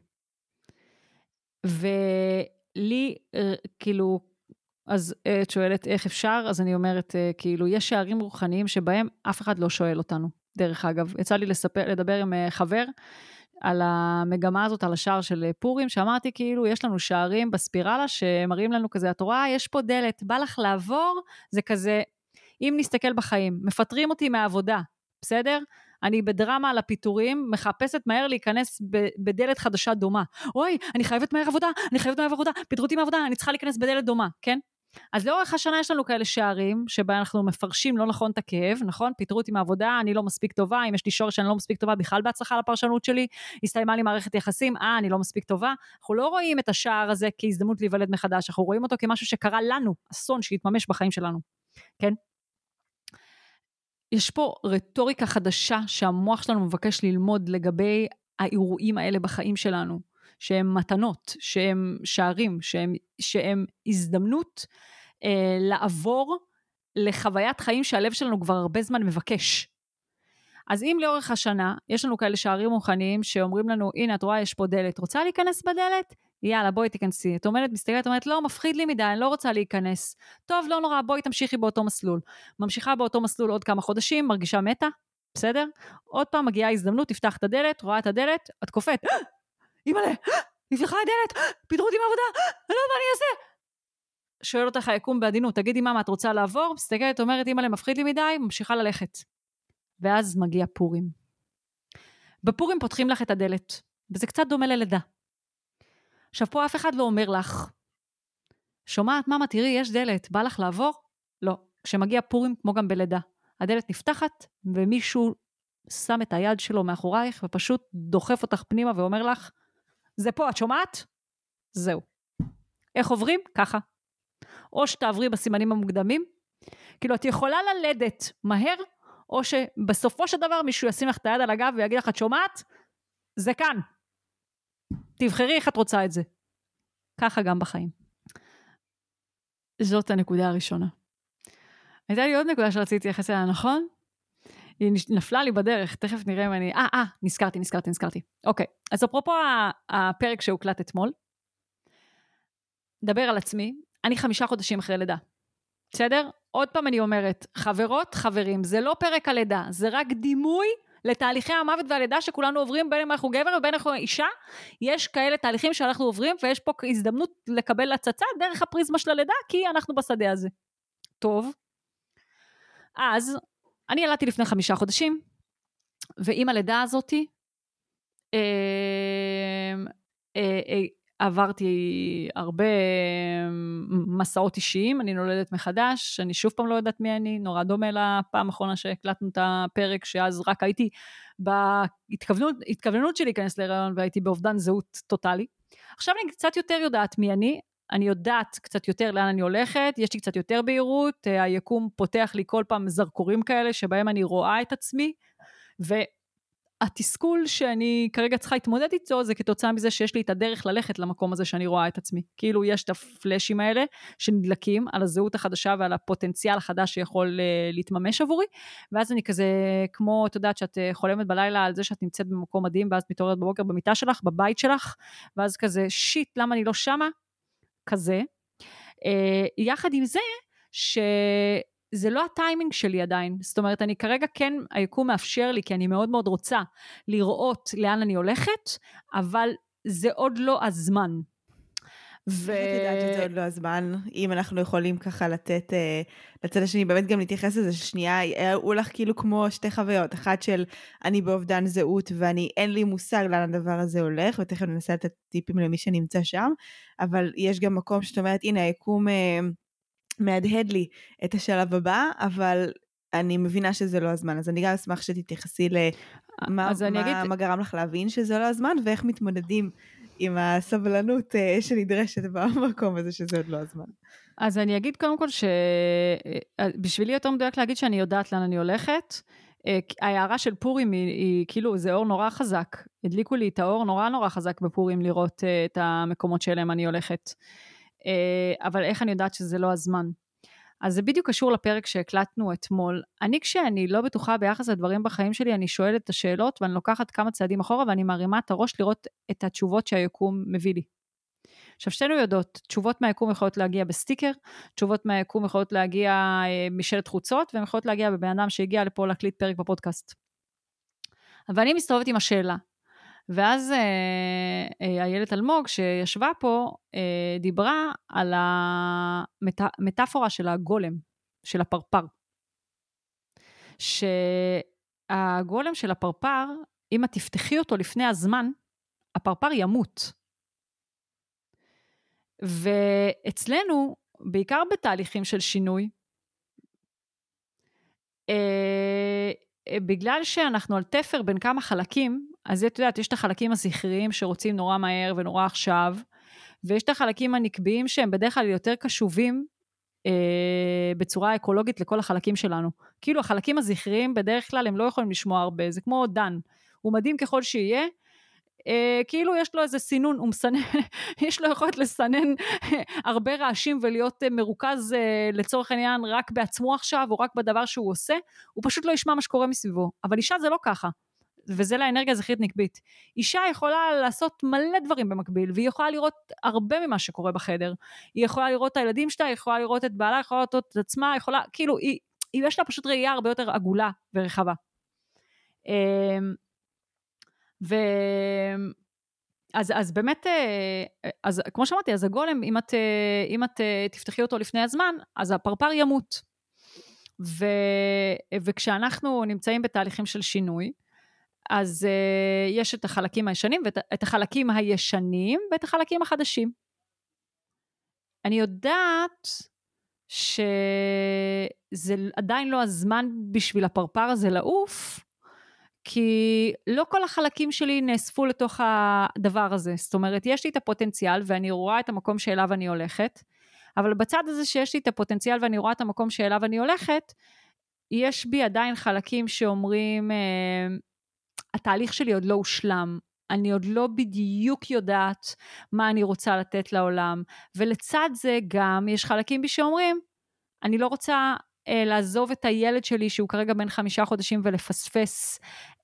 Speaker 2: ולי, כאילו, אז את שואלת איך אפשר, אז אני אומרת, כאילו, יש שערים רוחניים שבהם אף אחד לא שואל אותנו. דרך אגב, יצא לי לדבר עם חבר על המגמה הזאת, על השער של פורים, שאמרתי כאילו, יש לנו שערים בספירלה שמראים לנו כזה, את רואה, יש פה דלת, בא לך לעבור, זה כזה, אם נסתכל בחיים, מפטרים אותי מהעבודה, בסדר? אני בדרמה על הפיטורים, מחפשת מהר להיכנס בדלת חדשה דומה. אוי, אני חייבת מהר עבודה, פיטרו אותי מהעבודה, אני צריכה להיכנס בדלת דומה, כן? אז לאורך השנה יש לנו כאלה שערים, שבה אנחנו מפרשים לא נכון את הכאב, נכון? פיטרו אותי מהעבודה, אני לא מספיק טובה, אם יש לי שורש שאני לא מספיק טובה, בכלל בהצלחה לפרשנות שלי, הסתיימה לי מערכת יחסים, אני לא מספיק טובה. אנחנו לא רואים את השער הזה כהזדמנות להיוולד מחדש, אנחנו רואים אותו כמשהו שקרה לנו, אסון שהתממש בחיים שלנו, כן? יש פה רטוריקה חדשה שהמוח שלנו מבקש ללמוד לגבי האירועים האלה בחיים שלנו, שהם מתנות, שהם שערים, שהם הזדמנות לעבור לחוויית חיים שהלב שלנו כבר הרבה זמן מבקש. אז אם לאורך השנה יש לנו כאלה שערים רוחניים שאומרים לנו, הנה את רואה יש פה דלת, רוצה להיכנס בדלת? יאללה בואי תיכנסי. את אומרת, מסתכלת, אומרת לא, מפחיד לי מדי, אני לא רוצה להיכנס. טוב, לא נורא, בואי תמשיכי באותו מסלול. ממשיכה באותו מסלול עוד כמה חודשים, מרגישה מתה, בסדר? עוד פעם מגיעה הזדמנות, תפתח את הדלת, רואה את הדלת, את קופאת, אימא'לה, נפתחה הדלת, פיטרו אותי מעבודה, אני לא יודע מה אני אעשה. שואל אותך היקום בעדינות, תגידי מה את רוצה לעבור? מסתכלת, אומרת, אימא'לה, מפחיד לי מדי, ממשיכה ללכת. ואז מגיע פורים. בפורים פותחים לך את הדלת, וזה קצת דומה ללידה. עכשיו פה אף אחד לא אומר לך, שומעת מאמה, תראי, יש דלת, בא לך לעבור? לא. כשמגיע פורים, כמו גם בלידה, הדלת נפתחת, ומישהו שם את היד שלו מאחורייך, ופשוט דוחף אותך פנימה ואומר לך, זה פה, את שומעת? זהו. איך עוברים? ככה. או שתעברי בסימנים המוקדמים, כאילו את יכולה ללדת מהר, או שבסופו של דבר מישהו ישים לך את היד על הגב ויגיד לך, את שומעת? זה כאן. תבחרי איך את רוצה את זה. ככה גם בחיים. זאת הנקודה הראשונה. הייתה לי עוד נקודה שרציתי להתייחס אליה, נכון? היא נפלה לי בדרך, תכף נראה אם אני... נזכרתי. אוקיי, אז אפרופו הפרק שהוקלט אתמול, דבר על עצמי, אני 5 חודשים אחרי לידה. בסדר? עוד פעם אני אומרת, חברות, חברים, זה לא פרק הלידה, זה רק דימוי לתהליכי המוות והלידה שכולנו עוברים, בין אם אנחנו גבר ובין אם אנחנו אישה, יש כאלה תהליכים שאנחנו עוברים, ויש פה הזדמנות לקבל הצצה דרך הפריזמה של הלידה, כי אנחנו בשדה הזה. טוב. אז, אני ילדתי לפני 5 חודשים, ועם הלידה הזאת, עברתי הרבה מסעות אישיים, אני נולדת מחדש, אני שוב פעם לא יודעת מי אני, נורא דומה לפעם האחרונה שהקלטנו את הפרק, שאז רק הייתי בהתכווננות שלי להיכנס להיריון, והייתי באובדן זהות טוטלי. עכשיו אני קצת יותר יודעת מי אני יודעת קצת יותר לאן אני הולכת, יש לי קצת יותר בהירות, היקום פותח לי כל פעם זרקורים כאלה, שבהם אני רואה את עצמי, התסכול שאני כרגע צריכה להתמודד איתו, זה כתוצאה מזה שיש לי את הדרך ללכת למקום הזה שאני רואה את עצמי. כאילו יש את הפלאשים האלה שנדלקים על הזהות החדשה ועל הפוטנציאל החדש שיכול להתממש עבורי, ואז אני כזה, כמו את יודעת שאת חולמת בלילה על זה שאת נמצאת במקום מדהים, ואז מתעוררת בבוקר במיטה שלך, בבית שלך, ואז כזה, שיט, למה אני לא שמה? כזה. יחד עם זה, זה לא הטיימינג שלי עדיין, זאת אומרת, אני כרגע כן, היקום מאפשר לי, כי אני מאוד מאוד רוצה לראות לאן אני הולכת, אבל זה עוד לא הזמן.
Speaker 1: איך את יודעת שזה עוד לא הזמן, אם אנחנו יכולים ככה לתת, לצד השני, באמת גם להתייחס לזה, ששנייה, הוא הולך כאילו כמו 2 חוויות, אחת של אני באובדן זהות, ואני אין לי מושג לאן הדבר הזה הולך, ותכף ננסה לתת טיפים למי שנמצא שם, אבל יש גם מקום שאת אומרת, הנה, היקום מהדהד לי את השלב הבא, אבל אני מבינה שזה לא הזמן, אז אני גם אשמח שתתייחסי מה גרם לך להבין שזה לא הזמן, ואיך מתמודדים עם הסבלנות שנדרשת במקום הזה שזה עוד לא הזמן.
Speaker 2: אז אני אגיד קודם כל שבשבילי יותר מדויק להגיד שאני יודעת לאן אני הולכת, ההערה של פורים היא כאילו זה אור נורא חזק, הדליקו לי את האור נורא חזק בפורים לראות את המקומות שאליהם אני הולכת. אבל איך אני יודעת שזה לא הזמן? אז זה בדיוק קשור לפרק שהקלטנו אתמול. כשאני לא בטוחה ביחס לדברים בחיים שלי, אני שואלת את השאלות, ואני לוקחת כמה צעדים אחורה, ואני מרימה את הראש לראות את התשובות שהיקום מביא לי. עכשיו, שתינו יודעות, תשובות מהיקום יכולות להגיע בסטיקר, תשובות מהיקום יכולות להגיע משלט חוצות, והן יכולות להגיע בבן אדם שהגיע לפה להקליט פרק בפודקאסט. אבל אני מסתובבת עם השאלה, ואז איילת אלמוג שישבה פה, דיברה על המטאפורה של הגולם, של הפרפר. שהגולם של הפרפר, אם את תפתחי אותו לפני הזמן, הפרפר ימות. ואצלנו, בעיקר בתהליכים של שינוי, בגלל שאנחנו על תפר בין כמה חלקים, אז את יודעת, יש את החלקים הזכריים שרוצים נורא מהר ונורא עכשיו, ויש את החלקים הנקביים שהם בדרך כלל יותר קשובים בצורה אקולוגית לכל החלקים שלנו. כאילו החלקים הזכריים בדרך כלל הם לא יכולים לשמוע הרבה, זה כמו דן, הוא מדהים ככל שיהיה, כאילו יש לו איזה סינון, הוא מסנן, יש לו יכולת לסנן הרבה רעשים ולהיות מרוכז לצורך העניין רק בעצמו עכשיו או רק בדבר שהוא עושה, הוא פשוט לא ישמע מה שקורה מסביבו, אבל אישה זה לא ככה, וזה לאנרגיה זכרית נקבית. אישה יכולה לעשות מלא דברים במקביל, והיא יכולה לראות הרבה ממה שקורה בחדר, היא יכולה לראות את הילדים שלה, היא יכולה לראות את בעלה, היא יכולה לראות את עצמה, כאילו יש לה פשוט ראייה הרבה יותר עגולה ורחבה. אז באמת, אז כמו שאמרתי, אז הגולם, אם את תפתחי אותו לפני הזמן, אז הפרפר ימות. וכשאנחנו נמצאים בתהליכים של שינוי, אז יש את החלקים הישנים, ואת החלקים הישנים, ואת החלקים החדשים. אני יודעת שזה עדיין לא הזמן בשביל הפרפר הזה לעוף, כי לא כל החלקים שלי נאספו לתוך הדבר הזה, זאת אומרת, יש לי את הפוטנציאל, ואני רואה את המקום שאליו אני הולכת, אבל בצד הזה שיש לי את הפוטנציאל, ואני רואה את המקום שאליו אני הולכת, יש בי עדיין חלקים שאומרים, התהליך שלי עוד לא הושלם, אני עוד לא בדיוק יודעת מה אני רוצה לתת לעולם, ולצד זה גם יש חלקים בי שאומרים, אני לא רוצה לעזוב את הילד שלי שהוא כרגע בן 5 חודשים ולפספס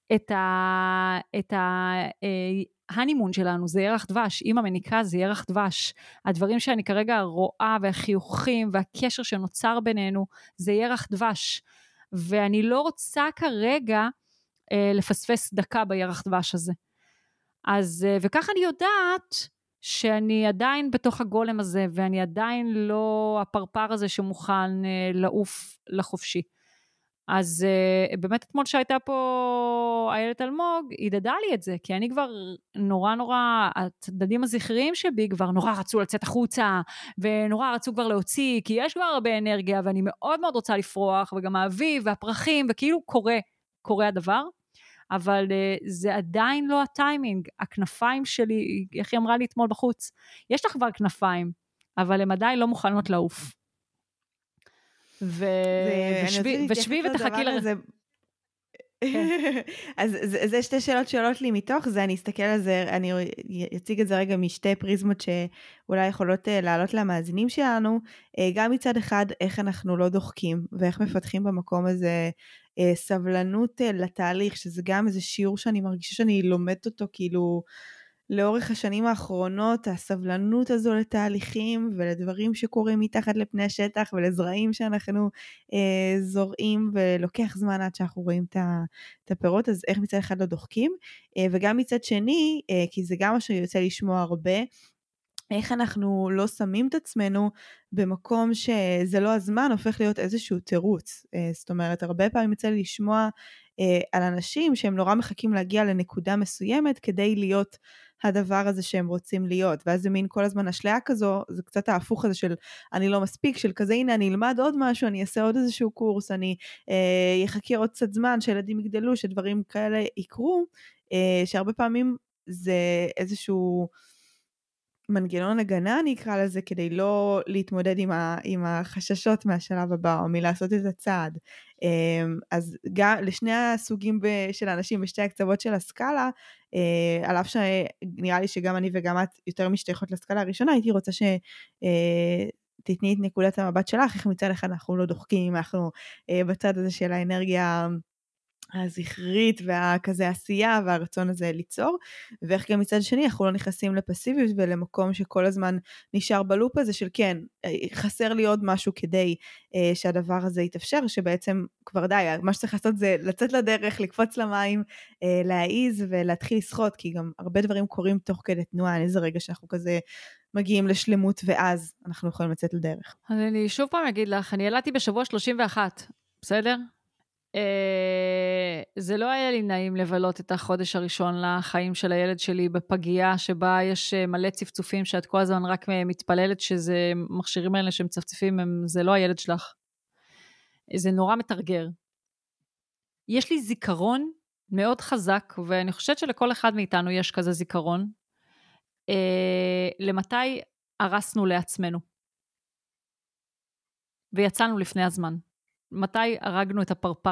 Speaker 2: את ההנימון שלנו, זה ירח דבש, אמא מניקה זה ירח דבש, הדברים שאני כרגע רואה והחיוכים והקשר שנוצר בינינו זה ירח דבש, ואני לא רוצה כרגע לפספס דקה בירח דבש הזה. אז וכך אני יודעת שאני עדיין בתוך הגולם הזה, ואני עדיין לא הפרפר הזה שמוכן לעוף לחופשי. אז באמת אתמול שהייתה פה איילת אלמוג, היא דדה לי את זה, כי אני כבר נורא, הצדדים הזכריים שבי כבר נורא רצו לצאת החוצה, ונורא רצו כבר להוציא, כי יש כבר הרבה אנרגיה, ואני מאוד מאוד רוצה לפרוח, וגם האביב והפרחים, וכאילו קורה הדבר, אבל זה עדיין לא הטיימינג, הכנפיים שלי, איך היא אמרה לי אתמול בחוץ, יש לך כבר כנפיים, אבל הן עדיין לא מוכנות לעוף. ושבי ותחכי לזה.
Speaker 1: אז זה שתי שאלות שעולות לי מתוך זה, אני אסתכל על זה, אני אציג את זה רגע משתי פריזמות שאולי יכולות לעלות למאזינים שלנו, גם מצד אחד איך אנחנו לא דוחקים, ואיך מפתחים במקום הזה סבלנות לתהליך, שזה גם איזה שיעור שאני מרגישה שאני לומדת אותו כאילו לאורך השנים האחרונות, הסבלנות הזו לתהליכים ולדברים שקורים מתחת לפני השטח ולזרעים שאנחנו זורעים, ולוקח זמן עד שאנחנו רואים את הפירות, אז איך מצד אחד לא דוחקים, וגם מצד שני, כי זה גם מה שיוצא לשמוע הרבה, איך אנחנו לא שמים את עצמנו במקום שזה לא הזמן, הופך להיות איזשהו תירוץ. זאת אומרת, הרבה פעמים יצא לי לשמוע על אנשים שהם נורא מחכים להגיע לנקודה מסוימת כדי להיות הדבר הזה שהם רוצים להיות, ואז זה מין כל הזמן אשליה כזו, זה קצת ההפוך הזה של אני לא מספיק, של כזה הנה אני אלמד עוד משהו, אני אעשה עוד איזשהו קורס, אני יחכה עוד קצת זמן שילדים יגדלו, שדברים כאלה יקרו, שהרבה פעמים זה איזשהו מנגנון הגנה, אני אקרא לזה, כדי לא להתמודד עם החששות מהשלב הבא, או מלעשות את הצעד. אז גם לשני הסוגים של האנשים, בשתי הקצוות של הסקאלה, על אף שנראה לי שגם אני וגם את יותר משתייכות לסקאלה הראשונה, הייתי רוצה תתני את נקודת המבט שלך, איך מצד אחד אנחנו לא דוחקים, אנחנו בצד הזה של האנרגיה הזכרית והכזה עשייה והרצון הזה ליצור, ואיך גם מצד שני אנחנו לא נכנסים לפסיביות ולמקום שכל הזמן נשאר בלופ הזה של כן, חסר לי עוד משהו כדי שהדבר הזה יתאפשר, שבעצם כבר די, מה שצריך לעשות זה לצאת לדרך, לקפוץ למים, להעיז ולהתחיל לשחות, כי גם הרבה דברים קורים תוך כדי תנועה, אין איזה רגע שאנחנו כזה מגיעים לשלמות ואז אנחנו יכולים לצאת לדרך.
Speaker 2: אז אני שוב פעם אגיד לך, אני ילדתי בשבוע 31, בסדר? זה לא היה לי נעים לבלות את החודש הראשון לחיים של הילד שלי בפגייה, שבה יש מלא צפצופים שאת כל הזמן רק מתפללת שזה מכשירים האלה שהם צפצפים, זה לא הילד שלך. זה נורא מתרגר. יש לי זיכרון מאוד חזק, ואני חושבת שלכל אחד מאיתנו יש כזה זיכרון, למתי הרסנו לעצמנו. ויצאנו לפני הזמן. מתי הרגנו את הפרפר.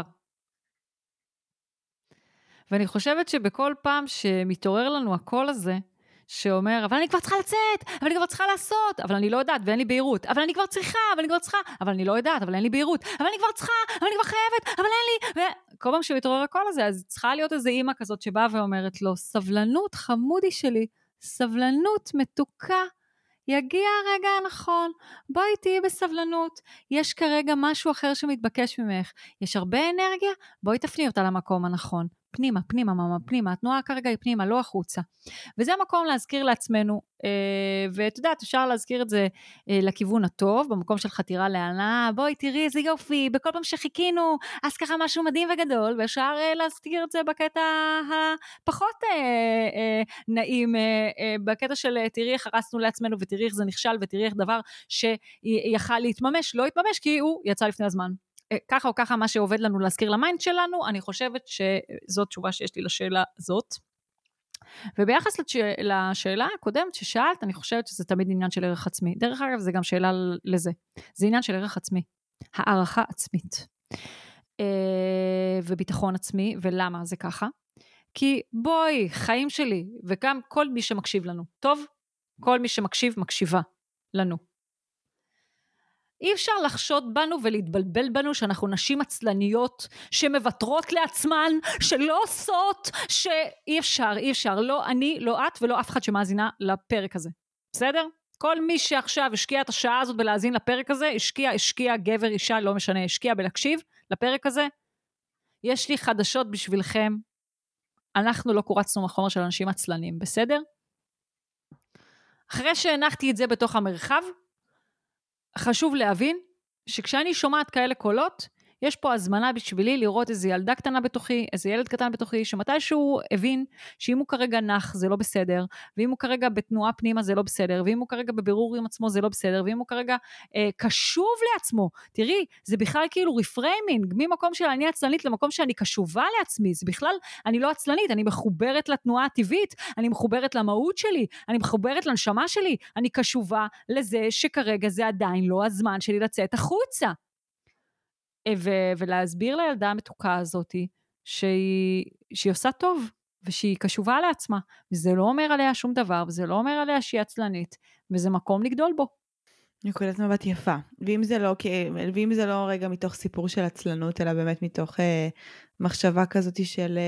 Speaker 2: ואני חושבת שבכל פעם שמתעורר לנו הקול הזה, שאומר, אבל אני כבר צריכה לצאת, אבל אני כבר צריכה לעשות, אבל אני לא יודעת ואין לי בהירות, אבל אני כבר צריכה, אבל אני לא יודעת, אבל אין לי בהירות, אבל אני כבר צריכה, אבל אני כבר חייבת, אבל אין לי, וכל פעם שמתעורר הקול הזה, אז צריכה להיות איזו אימא כזאת שבאה ואומרת לו, סבלנות חמודי שלי, סבלנות מתוקה, יגיע הרגע הנכון, בואי תהיי בסבלנות, יש כרגע משהו אחר שמתבקש ממך, יש הרבה אנרגיה, בואי תפני אותה למקום הנכון, פנימה, פנימה, מאמה, פנימה, התנועה כרגע היא פנימה, לא החוצה. וזה המקום להזכיר לעצמנו, ואת יודעת, אפשר להזכיר את זה לכיוון הטוב, במקום של חתירה להנאה, בואי תראי איזה יופי, בכל פעם שחיכינו, אז ככה משהו מדהים וגדול, ואפשר להזכיר את זה בקטע הפחות נעים, בקטע של תראי איך הרסנו לעצמנו, ותראי איך זה נכשל, ותראי איך דבר שיכל להתממש, לא התממש, כי הוא יצא לפני הזמן. ככה או ככה מה שעובד לנו להזכיר למיינד שלנו, אני חושבת שזאת תשובה שיש לי לשאלה הזאת. וביחס לשאלה הקודמת ששאלת, אני חושבת שזה תמיד עניין של ערך עצמי. דרך אגב, זה גם שאלה לזה. זה עניין של ערך עצמי. הערכה עצמית. וביטחון עצמי, ולמה זה ככה? כי בואי, חיים שלי, וגם כל מי שמקשיב לנו, טוב? כל מי שמקשיב, מקשיבה לנו. אי אפשר לחשוד בנו ולהתבלבל בנו שאנחנו נשים עצלניות שמוותרות לעצמן, שלא עושות, שאי אפשר, לא אני, לא את ולא אף אחד שמאזינה לפרק הזה. בסדר? כל מי שעכשיו השקיע את השעה הזאת בלהאזין לפרק הזה, השקיע גבר, אישה, לא משנה, השקיע בלהקשיב לפרק הזה. יש לי חדשות בשבילכם, אנחנו לא קורצנו מחומר של אנשים עצלנים, בסדר? אחרי שהנחתי את זה בתוך המרחב, חשוב להבין שכשאני שומעת כאלה קולות, יש פה הזמנה בשבילי לראות איזו ילדה קטנה בתוכי, איזה ילד קטן בתוכי, שמתישהו הבין שאם הוא כרגע נח זה לא בסדר, ואם הוא כרגע בתנועה פנימה זה לא בסדר, ואם הוא כרגע בבירור עם עצמו זה לא בסדר, ואם הוא כרגע קשוב לעצמו, תראי, זה בכלל כאילו רפריימינג, ממקום של אני עצלנית למקום שאני קשובה לעצמי, זה בכלל, אני לא עצלנית, אני מחוברת לתנועה הטבעית, אני מחוברת למהות שלי, אני מחוברת לנשמה שלי, אני קשובה לזה שכרגע זה עדיין לא הזמן שלי לצאת החוצה. ולהסביר לילדה המתוקה הזאת שהיא עושה טוב, ושהיא קשובה לעצמה, וזה לא אומר עליה שום דבר, וזה לא אומר עליה שהיא עצלנית, וזה מקום לגדול בו.
Speaker 1: נקודת מבט יפה, ואם זה לא רגע מתוך סיפור של עצלנות, אלא באמת מתוך מחשבה כזאת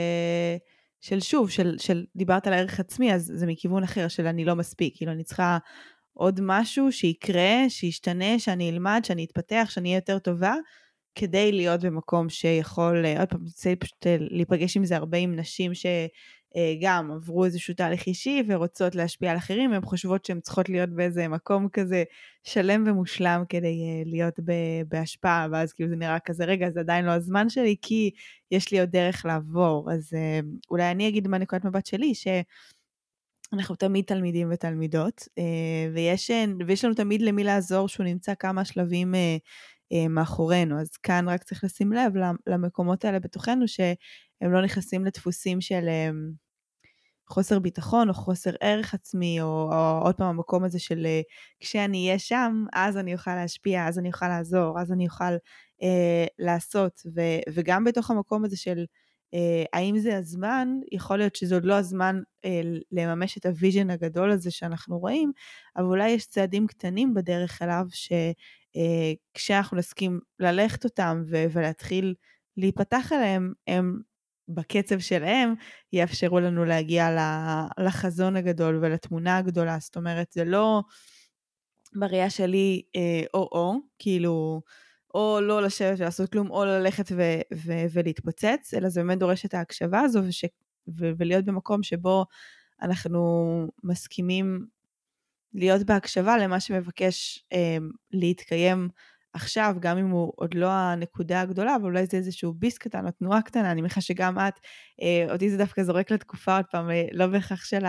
Speaker 1: של דיברת על הערך עצמי, אז זה מכיוון אחר של אני לא מספיק, כאילו אני צריכה עוד משהו שיקרה, שישתנה, שאני אלמד, שאני אתפתח, שאני אהיה יותר טובה, כדי להיות במקום שיכול, עוד פעם, זה פשוט להיפגש עם זה הרבה עם נשים שגם עברו איזשהו תהליך אישי ורוצות להשפיע על אחרים, והן חושבות שהן צריכות להיות באיזה מקום כזה שלם ומושלם כדי להיות בהשפעה, ואז כאילו זה נראה כזה, רגע, זה עדיין לא הזמן שלי, כי יש לי עוד דרך לעבור. אז אולי אני אגיד מה נקודת מבט שלי, שאנחנו תמיד תלמידים ותלמידות, ויש לנו תמיד למי לעזור שהוא נמצא כמה שלבים מאחורינו, אז כאן רק צריך לשים לב למקומות האלה בתוכנו, שהם לא נכנסים לדפוסים של חוסר ביטחון או חוסר ערך עצמי, או עוד פעם המקום הזה של כשאני אהיה שם, אז אני אוכל להשפיע, אז אני אוכל לעזור, אז אני אוכל לעשות, וגם בתוך המקום הזה של האם זה הזמן, יכול להיות שזה עוד לא הזמן לממש את הוויז'ן הגדול הזה שאנחנו רואים, אבל אולי יש צעדים קטנים בדרך אליו, שכשאנחנו נסכים ללכת אותם ולהתחיל להיפתח אליהם, הם בקצב שלהם יאפשרו לנו להגיע לחזון הגדול ולתמונה הגדולה. זאת אומרת, זה לא בראייה שלי או, כאילו, או לא לשבת ולעשות כלום, או ללכת ולהתפוצץ, אלא זה באמת דורש את ההקשבה הזו, ולהיות במקום שבו אנחנו מסכימים להיות בהקשבה למה שמבקש להתקיים עכשיו, גם אם הוא עוד לא הנקודה הגדולה, אבל אולי זה איזשהו ביס קטן או תנועה קטנה. אני מניחה שגם את, אותי זה דווקא זורק לתקופה עוד פעם, לא בהכרח של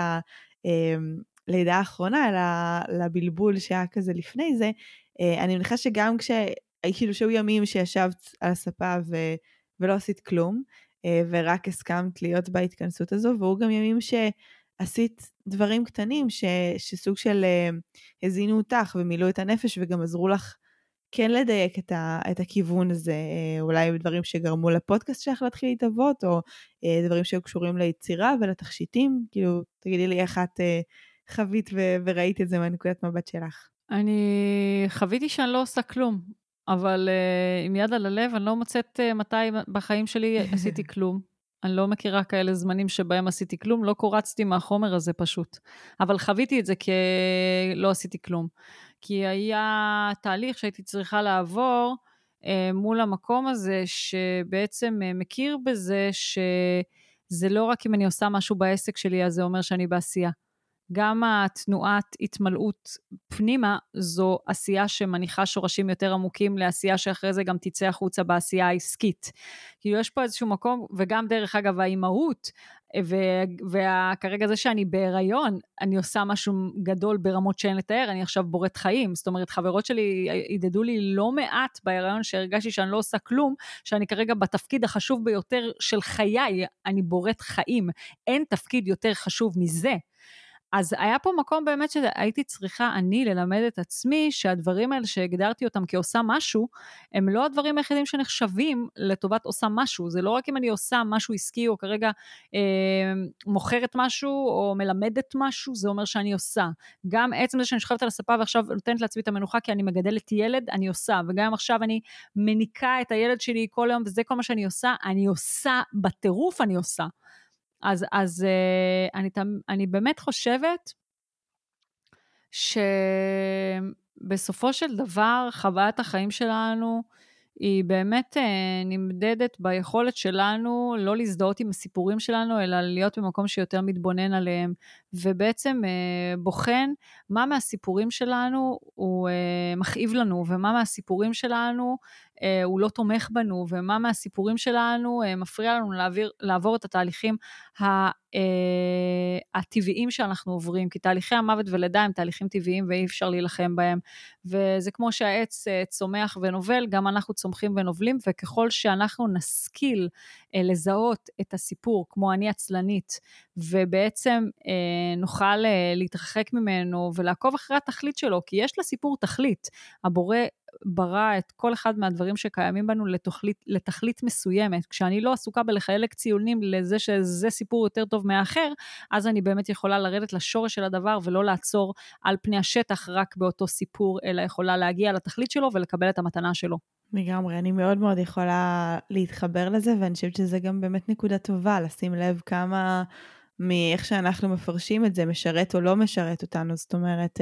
Speaker 1: הלידה האחרונה, אלא לבלבול שהיה כזה לפני זה. אני מניחה שגם כאילו שהיו ימים שישבת על הספה ולא עשית כלום, ורק הסכמת להיות בהתכנסות הזו, והוא גם ימים שעשית דברים קטנים שסוג של הזינו אותך ומילאו את הנפש, וגם עזרו לך כן לדייק את הכיוון הזה, אולי דברים שגרמו לפודקאסט שלך להתחיל להתאבות, או דברים שהיו קשורים ליצירה ולתכשיטים. כאילו, תגידי לי איך את חווית וראית את זה מהנקודת מבט שלך.
Speaker 2: אני חוויתי שאני לא עושה כלום, אבל עם יד על הלב, אני לא מוצאת מתי בחיים שלי עשיתי כלום. אני לא מכירה כאלה זמנים שבהם עשיתי כלום, לא קורצתי מהחומר הזה פשוט. אבל חוויתי את זה לא עשיתי כלום. כי היה תהליך שהייתי צריכה לעבור מול המקום הזה, שבעצם מכיר בזה שזה לא רק אם אני עושה משהו בעסק שלי, אז זה אומר שאני בעשייה. גם התנועת התמלאות פנימה, זו עשייה שמניחה שורשים יותר עמוקים לעשייה שאחרי זה גם תצא החוצה בעשייה העסקית. כאילו יש פה איזשהו מקום, וגם דרך אגב האימהות, וכרגע זה שאני בהיריון, אני עושה משהו גדול ברמות שאין לתאר, אני עכשיו בורת חיים, זאת אומרת חברות שלי ידדו לי לא מעט בהיריון שהרגשתי שאני לא עושה כלום, שאני כרגע בתפקיד החשוב ביותר של חיי, אני בורת חיים, אין תפקיד יותר חשוב מזה. אז היה פה מקום באמת שהייתי צריכה אני ללמד את עצמי שהדברים האלה שהגדרתי אותם כעושה משהו, הם לא הדברים היחידים שנחשבים לטובת עושה משהו, זה לא רק אם אני עושה משהו עסקי או כרגע מוכרת משהו או מלמדת משהו, זה אומר שאני עושה. גם עצם זה שאני שוכבת על הספה ועכשיו נותנת לעצמי את המנוחה כי אני מגדלת ילד, אני עושה, וגם עכשיו אני מניקה את הילד שלי כל היום וזה כל מה שאני עושה בטירוף אני עושה. אז אני באמת חושבת שבסופו של דבר חוויית החיים שלנו היא באמת נמדדת ביכולת שלנו לא להזדהות עם הסיפורים שלנו, אלא להיות במקום שיותר מתבונן עליהם, ובעצם בוחן מה מהסיפורים שלנו הוא מכאיב לנו, ומה מהסיפורים שלנו הוא לא תומך בנו, ומה מהסיפורים שלנו מפריע לנו לעבור את התהליכים הטבעיים שאנחנו עוברים, כי תהליכי המוות ולידה הם תהליכים טבעיים ואי אפשר להילחם בהם, וזה כמו שהעץ צומח ונובל, גם אנחנו צומחים ונובלים, וככל שאנחנו נשכיל לזהות את הסיפור, כמו אני עצלנית, ובעצם נוכל להתרחק ממנו ולעקוב אחרי התכלית שלו, כי יש לסיפור תכלית, הבורא ברא את כל אחד מהדברים שקיימים בנו לתכלית מסוימת, כשאני לא עסוקה בלחלק ציונים לזה שזה סיפור יותר טוב מאחר, אז אני באמת יכולה לרדת לשורש של הדבר, ולא לעצור על פני השטח רק באותו סיפור, אלא יכולה להגיע לתכלית שלו ולקבל את המתנה שלו.
Speaker 1: לגמרי, אני מאוד מאוד יכולה להתחבר לזה, ואני חושבת שזה גם באמת נקודה טובה, לשים לב כמה מאיך שאנחנו מפרשים את זה, משרת או לא משרת אותנו. זאת אומרת,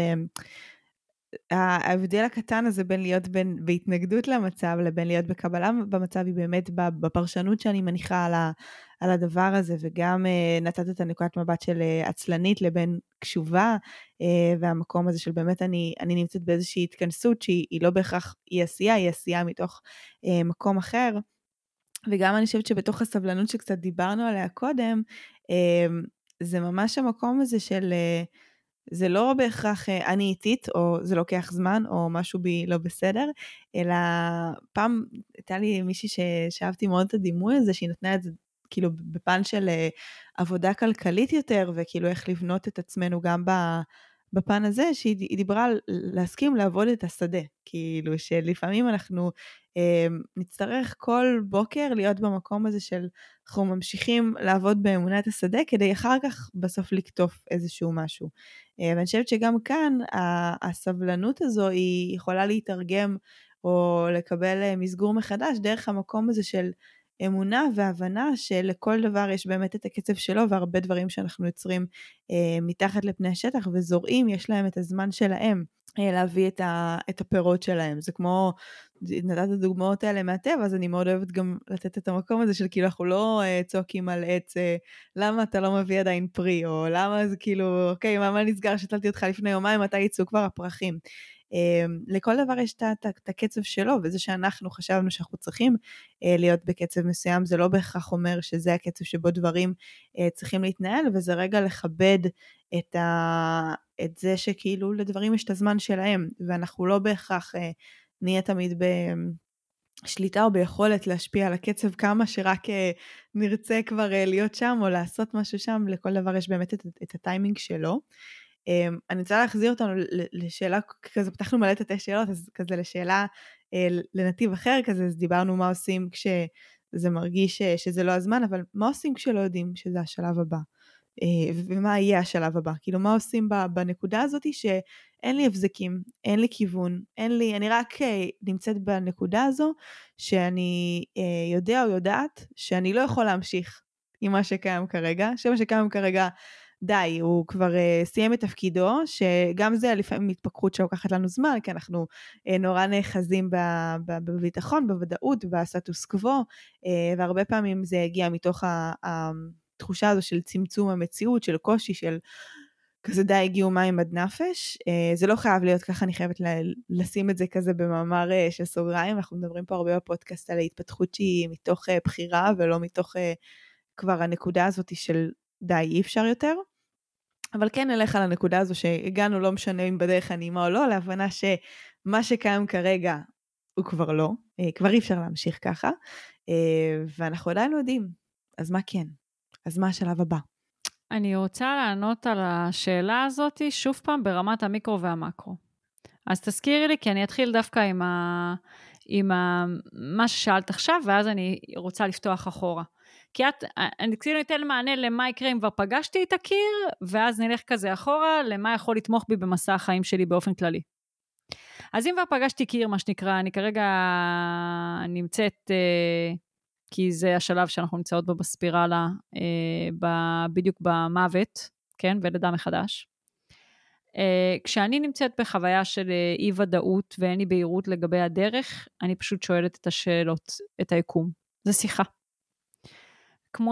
Speaker 1: ההבדל הקטן הזה בין להיות בהתנגדות למצב, לבין להיות בקבלה במצב, היא באמת בפרשנות שאני מניחה על הדבר הזה, וגם נתת את הנקודת מבט של עצלנית לבין קשובה, והמקום הזה של באמת אני נמצאת באיזושהי התכנסות, שהיא לא בהכרח היא עשייה מתוך מקום אחר, וגם אני חושבת שבתוך הסבלנות שקצת דיברנו עליה קודם, זה ממש המקום הזה של זה לא בהכרח אני איטית, או זה לוקח זמן, או משהו בי לא בסדר, אלא פעם הייתה לי מישהי שאהבתי מאוד את הדימוי הזה, שהיא נתנה את זה כאילו בפן של עבודה כלכלית יותר, וכאילו איך לבנות את עצמנו גם בפן הזה, שהיא דיברה על להסכים לעבוד את השדה, כאילו שלפעמים אנחנו נצטרך כל בוקר להיות במקום הזה של אנחנו ממשיכים לעבוד באמונת השדה, כדי אחר כך בסוף לקטוף איזשהו משהו. ואני חושבת שגם כאן הסבלנות הזו היא יכולה להתרגם, או לקבל מסגור מחדש דרך המקום הזה של אמונה והבנה שלכל דבר יש באמת את הקצב שלו, והרבה דברים שאנחנו יוצרים מתחת לפני השטח וזורעים, יש להם את הזמן שלהם להביא את הפירות שלהם. זה כמו, נתת הדוגמאות האלה מהטבע, אז אני מאוד אוהבת גם לתת את המקום הזה של כאילו אנחנו לא צועקים על עץ, למה אתה לא מביא עדיין פרי, או למה זה כאילו, אוקיי, מה נסגר שתלתי אותך לפני יומיים, מתי יצאו כבר הפרחים. לכל דבר יש את הקצב שלו, וזה שאנחנו חשבנו שאנחנו צריכים להיות בקצב מסוים, זה לא בהכרח אומר שזה הקצב שבו דברים צריכים להתנהל, וזה רגע לכבד את זה שכאילו לדברים יש את הזמן שלהם, ואנחנו לא בהכרח נהיה תמיד בשליטה או ביכולת להשפיע על הקצב כמה שרק נרצה כבר להיות שם, או לעשות משהו שם, לכל דבר יש באמת את הטיימינג שלו. אני רוצה להחזיר אותנו לשאלה, כזה פתחנו מלא תתי שאלות, אז כזה לשאלה לנתיב אחר כזה, אז דיברנו מה עושים כשזה מרגיש שזה לא הזמן, אבל מה עושים כשלא יודעים שזה השלב הבא, ומה יהיה השלב הבא, כאילו מה עושים בנקודה הזאת שאין לי הבזקים, אין לי כיוון, אני רק נמצאת בנקודה הזו, שאני יודע או יודעת שאני לא יכול להמשיך עם מה שקיים כרגע, שמה שקיים כרגע די, הוא כבר סיים את תפקידו, שגם זה לפעמים התפקחות שלוקחת לנו זמן, כי אנחנו נורא נאחזים בביטחון, בוודאות, בסטטוס קוו, והרבה פעמים זה הגיע מתוך התחושה הזו של צמצום המציאות, של קושי, של כזה די הגיעו מים עד נפש. זה לא חייב להיות ככה, אני חייבת לשים את זה כזה במאמר של סוגריים, אנחנו מדברים פה הרבה בפודקאסט על ההתפתחות שהיא מתוך בחירה, ולא מתוך כבר הנקודה הזאת של די, אי אפשר יותר, אבל כן נלך על הנקודה הזו שהגענו, לא משנה אם בדרך הנעימה או לא, להבנה שמה שקיים כרגע הוא כבר לא, כבר אי אפשר להמשיך ככה, ואנחנו עדיין לא יודעים, אז מה כן? אז מה השלב הבא?
Speaker 2: אני רוצה לענות על השאלה הזאת שוב פעם ברמת המיקרו והמקרו. אז תזכירי לי, כי אני אתחיל דווקא מה ששאלת עכשיו, ואז אני רוצה לפתוח אחורה. כי אני כאילו ניתן מענה למה יקרה אם כבר פגשתי את הקיר, ואז נלך כזה אחורה, למה יכול לתמוך בי במסע החיים שלי באופן כללי. אז אם כבר פגשתי קיר, מה שנקרא, אני כרגע נמצאת, כי זה השלב שאנחנו נמצאות בו בספירלה, בדיוק במוות, כן, ולידה מחדש. כשאני נמצאת בחוויה של אי ודאות, ואין לי בהירות לגבי הדרך, אני פשוט שואלת את השאלות, את היקום. זה שיחה. כמו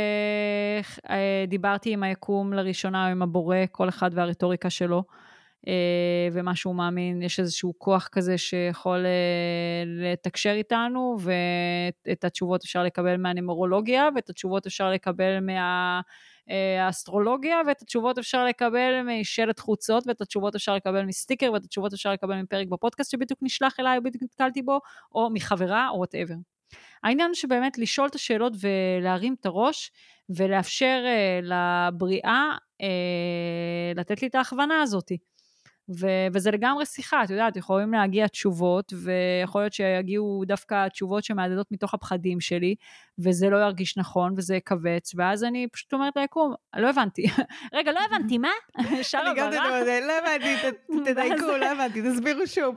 Speaker 2: שדיברתי עם היקום לראשונה, או עם הבורא, כל אחד והרטוריקה שלו, ומה שהוא מאמין, יש איזשהו כוח כזה שיכול לתקשר איתנו, ואת התשובות אפשר לקבל מהנומרולוגיה, ואת התשובות אפשר לקבל מהאסטרולוגיה, ואת התשובות אפשר לקבל משלט חוצות, ואת התשובות אפשר לקבל מסטיקר, ואת התשובות אפשר לקבל מפרק בפודקאסט שבדיוק נשלח אליי, או בדיוק נתקלתי בו, או מחברה, או whatever. העניין הוא שבאמת לשאול את השאלות ולהרים את הראש, ולאפשר לבריאה לתת לי את ההכוונה הזאת. וזה לגמרי שיחה, את יודעת, יכולים להגיע תשובות, ויכול להיות שיגיעו דווקא תשובות שמעדדות מתוך הפחדים שלי, וזה לא ירגיש נכון, וזה יקבץ, ואז אני פשוט אומרת ליקום, לא הבנתי. רגע, לא הבנתי, מה?
Speaker 1: אני גם לא הבנתי, תדייקו, לא הבנתי, תסבירו שוב.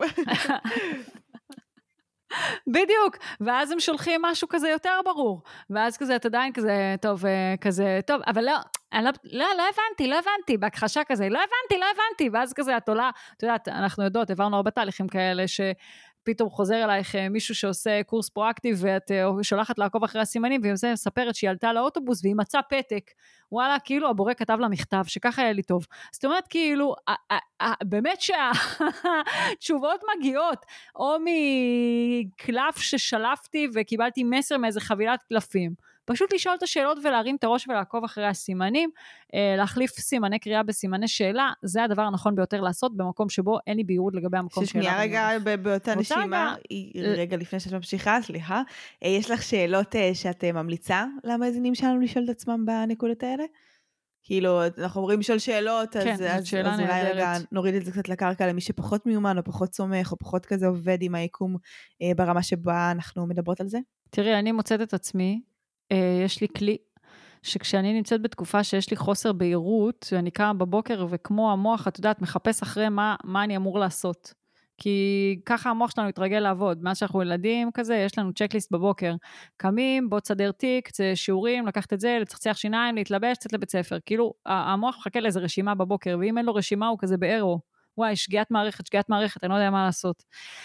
Speaker 2: בדיוק, ואז הם שולחים משהו כזה יותר ברור, ואז כזה, אתה עדיין כזה, טוב, כזה, טוב, אבל לא הבנתי, בהכחשה כזה, לא הבנתי, ואז כזה, את עולה, את יודעת, אנחנו יודעות, עברנו הרבה תהליכים כאלה, שפתאום חוזר אלייך מישהו שעושה קורס פרואקטיב, ואת שולחת לעקוב אחרי הסימנים, והיא מספרת שהיא עלתה לאוטובוס, והיא מצאה פתק, וואלה, כאילו הבורא כתב לה מכתב, שככה היה לי טוב. זאת אומרת, כאילו, באמת שהתשובות מגיעות, או מקלף ששלפתי, וקיבלתי מסר מאיזה חבילת קלפים, פשוט לשאול את השאלות ולהרים את הראש ולעקוב אחרי הסימנים, להחליף סימני קריאה בסימני שאלה, זה הדבר הנכון ביותר לעשות במקום שבו אין לי בהירות לגבי המקום שאלה.
Speaker 1: ששנייה רגע, באותה נשימה, רגע לפני שאת ממשיכה, סליחה, יש לך שאלות שאת ממליצה למאזינים שלנו לשאול את עצמם בנקודות האלה? כאילו, אנחנו אומרים לשאול שאלות, אז אולי רגע נוריד את זה קצת לקרקע למי שפחות מיומן, או פחות סומך, או פחות כזה עובד עם היקום ברמה שבה אנחנו מדברות על זה?
Speaker 2: תראי, אני מוצאת את עצמי, יש לי כלי, שכשאני נמצאת בתקופה שיש לי חוסר בהירות, ואני קמה בבוקר, וכמו המוח, את יודעת, מחפש אחרי מה אני אמור לעשות. כי ככה המוח שלנו התרגל לעבוד, מאז שאנחנו ילדים כזה, יש לנו צ'קליסט בבוקר, קמים, בוא תסדר תיק, שיעורים, לקחת את זה, לצחצח שיניים, להתלבש, לצאת לבית ספר, כאילו המוח מחכה לאיזו רשימה בבוקר, ואם אין לו רשימה הוא כזה באירו, וואי, שגיאת מערכת, אני לא יודע מה לעשות.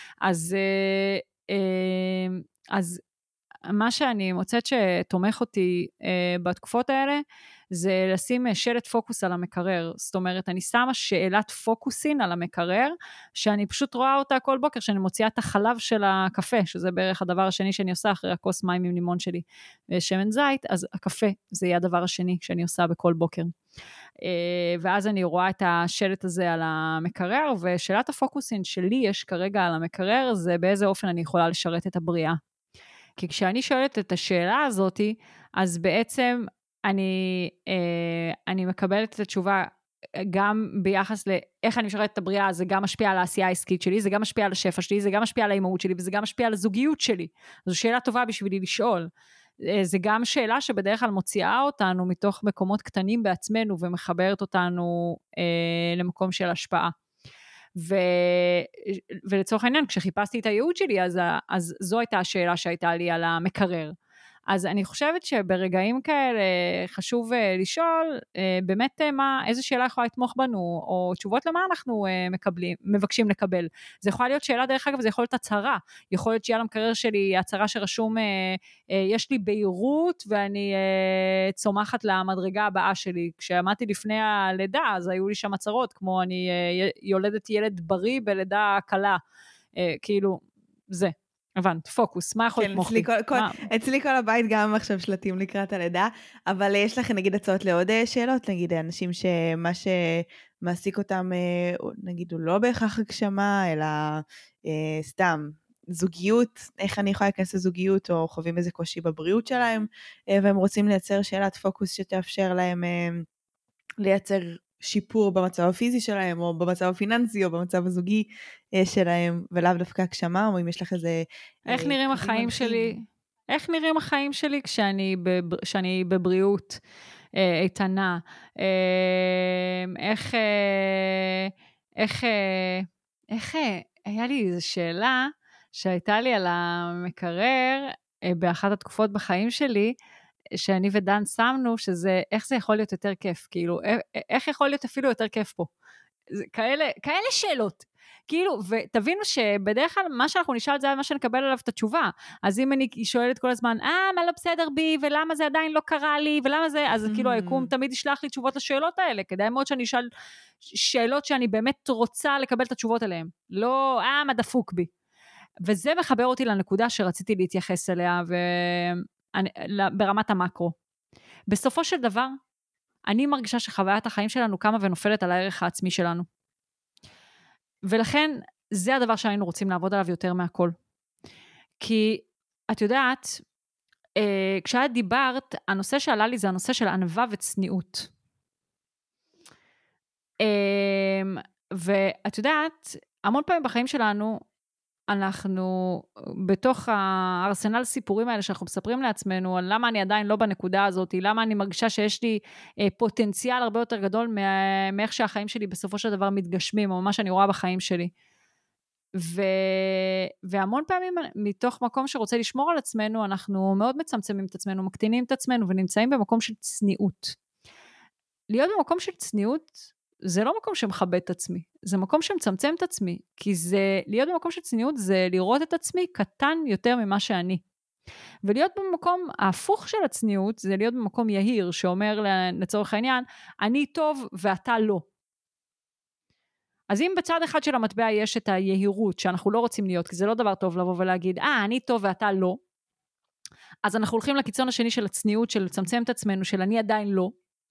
Speaker 2: אז מה שאני מוצאת שתומך אותי בתקופות האלה, זה לשים שלט פוקוס על המקרר, זאת אומרת, אני שמה שאלת פוקוסין על המקרר, שאני פשוט רואה אותה כל בוקר, שאני מוציאה את החלב של הקפה, שזה בערך הדבר השני שאני עושה, אחרי הכוס מים עם לימון שלי, ושמן זית, אז הקפה, זה יהיה הדבר השני שאני עושה בכל בוקר. ואז אני רואה את השלט הזה על המקרר, ושאלת הפוקוסין שלי יש כרגע על המקרר, זה באיזה אופן אני יכולה לשרת את הבריאה. כי כשאני שואלת את השאלה הזאת, אז בעצם אני מקבלת את התשובה גם ביחס לאיך אני משרת את הבריאה, זה גם משפיע על העשייה העסקית שלי, זה גם משפיע על השפע שלי, זה גם משפיע על האימהות שלי, וזה גם משפיע על הזוגיות שלי. זו שאלה טובה בשבילי לשאול. זה גם שאלה שבדרך כלל מוציאה אותנו מתוך מקומות קטנים בעצמנו, ומחברת אותנו למקום של השפעה. ולצורך העניין, כשחיפשתי את הייעוד שלי, אז זו הייתה השאלה שהייתה לי על המקרר. אז אני חושבת שברגעים כאלה חשוב לשאול, באמת איזו שאלה יכולה לתמוך בנו, או תשובות למה אנחנו מבקשים לקבל. זה יכולה להיות שאלה, דרך אגב, זה יכול להיות הצהרה, יכול להיות שיהיה למקרר שלי הצהרה שרשום, יש לי בהירות, ואני צומחת למדרגה הבאה שלי. כשעמדתי לפני הלידה, אז היו לי שם הצהרות, כמו אני יולדת ילד בריא בלידה קלה, כאילו, זה. הבנת, פוקוס, מה יכול לתמוך לי?
Speaker 1: אצלי כל הבית גם עכשיו שלטים לקראת הלידה, אבל יש לכם נגיד הצעות לעוד שאלות, נגיד אנשים שמה שמעסיק אותם, נגיד הוא לא בהכרח הגשמה, אלא סתם זוגיות, איך אני יכולה להיכנס לזוגיות, או חווים איזה קושי בבריאות שלהם, והם רוצים לייצר שאלת פוקוס שתאפשר להם לייצר שיפור במצב הפיזי שלהם, או במצב הפיננסי, או במצב הזוגי שלהם, ולאו דווקא הגשמה, או אם יש לך איזה...
Speaker 2: איך נראים החיים שלי? איך נראים החיים שלי כשאני בבריאות איתנה? איך היה לי איזו שאלה שהייתה לי על המקרר, באחת התקופות בחיים שלי, שאני ודן שמנו, שזה, איך זה יכול להיות יותר כיף, כאילו, איך יכול להיות אפילו יותר כיף פה? כאלה שאלות, כאילו, ותבינו שבדרך כלל מה שאנחנו נשאל זה מה שנקבל עליו את התשובה, אז אם אני שואלת כל הזמן, מה לא בסדר בי, ולמה זה עדיין לא קרה לי, ולמה זה, אז כאילו היקום תמיד ישלח לי תשובות לשאלות האלה, כדאי מאוד שאני אשאל שאלות שאני באמת רוצה לקבל את התשובות עליהן, לא, מה דפוק בי. וזה מחבר אותי לנקודה שרציתי להתייחס אליה, ברמת המקרו. בסופו של דבר, אני מרגישה שחוויית החיים שלנו קמה ונופלת על הערך העצמי שלנו. ולכן, זה הדבר שהיינו רוצים לעבוד עליו יותר מהכל. כי, את יודעת, כשאת דיברת, הנושא שעלה לי זה הנושא של ענווה וצניעות. ואת יודעת, המון פעמים בחיים שלנו, אנחנו בתוך הארסנל סיפורים האלה שאנחנו מספרים לעצמנו, על למה אני עדיין לא בנקודה הזאת, למה אני מרגישה שיש לי פוטנציאל הרבה יותר גדול מאיך שהחיים שלי בסופו של דבר מתגשמים, או מה שאני רואה בחיים שלי. והמון פעמים מתוך מקום שרוצה לשמור על עצמנו, אנחנו מאוד מצמצמים את עצמנו, מקטינים את עצמנו, ונמצאים במקום של צניעות. להיות במקום של צניעות, זה לא מקום שמכבד את עצמי, זה מקום שמצמצם את עצמי, כי זה, להיות במקום של צניעות, זה לראות את עצמי קטן יותר ממה שאני. ולהיות במקום ההפוך של הצניעות, זה להיות במקום יהיר, שאומר לצורך העניין, אני טוב ואתה לא. אז אם בצד אחד של המטבע יש את היהירות, שאנחנו לא רוצים להיות, כי זה לא דבר טוב לבוא ולהגיד, אני טוב ואתה לא, אז אנחנו הולכים לקיצון השני של הצניעות, של לצמצם את עצמנו, של אני עדיין לא.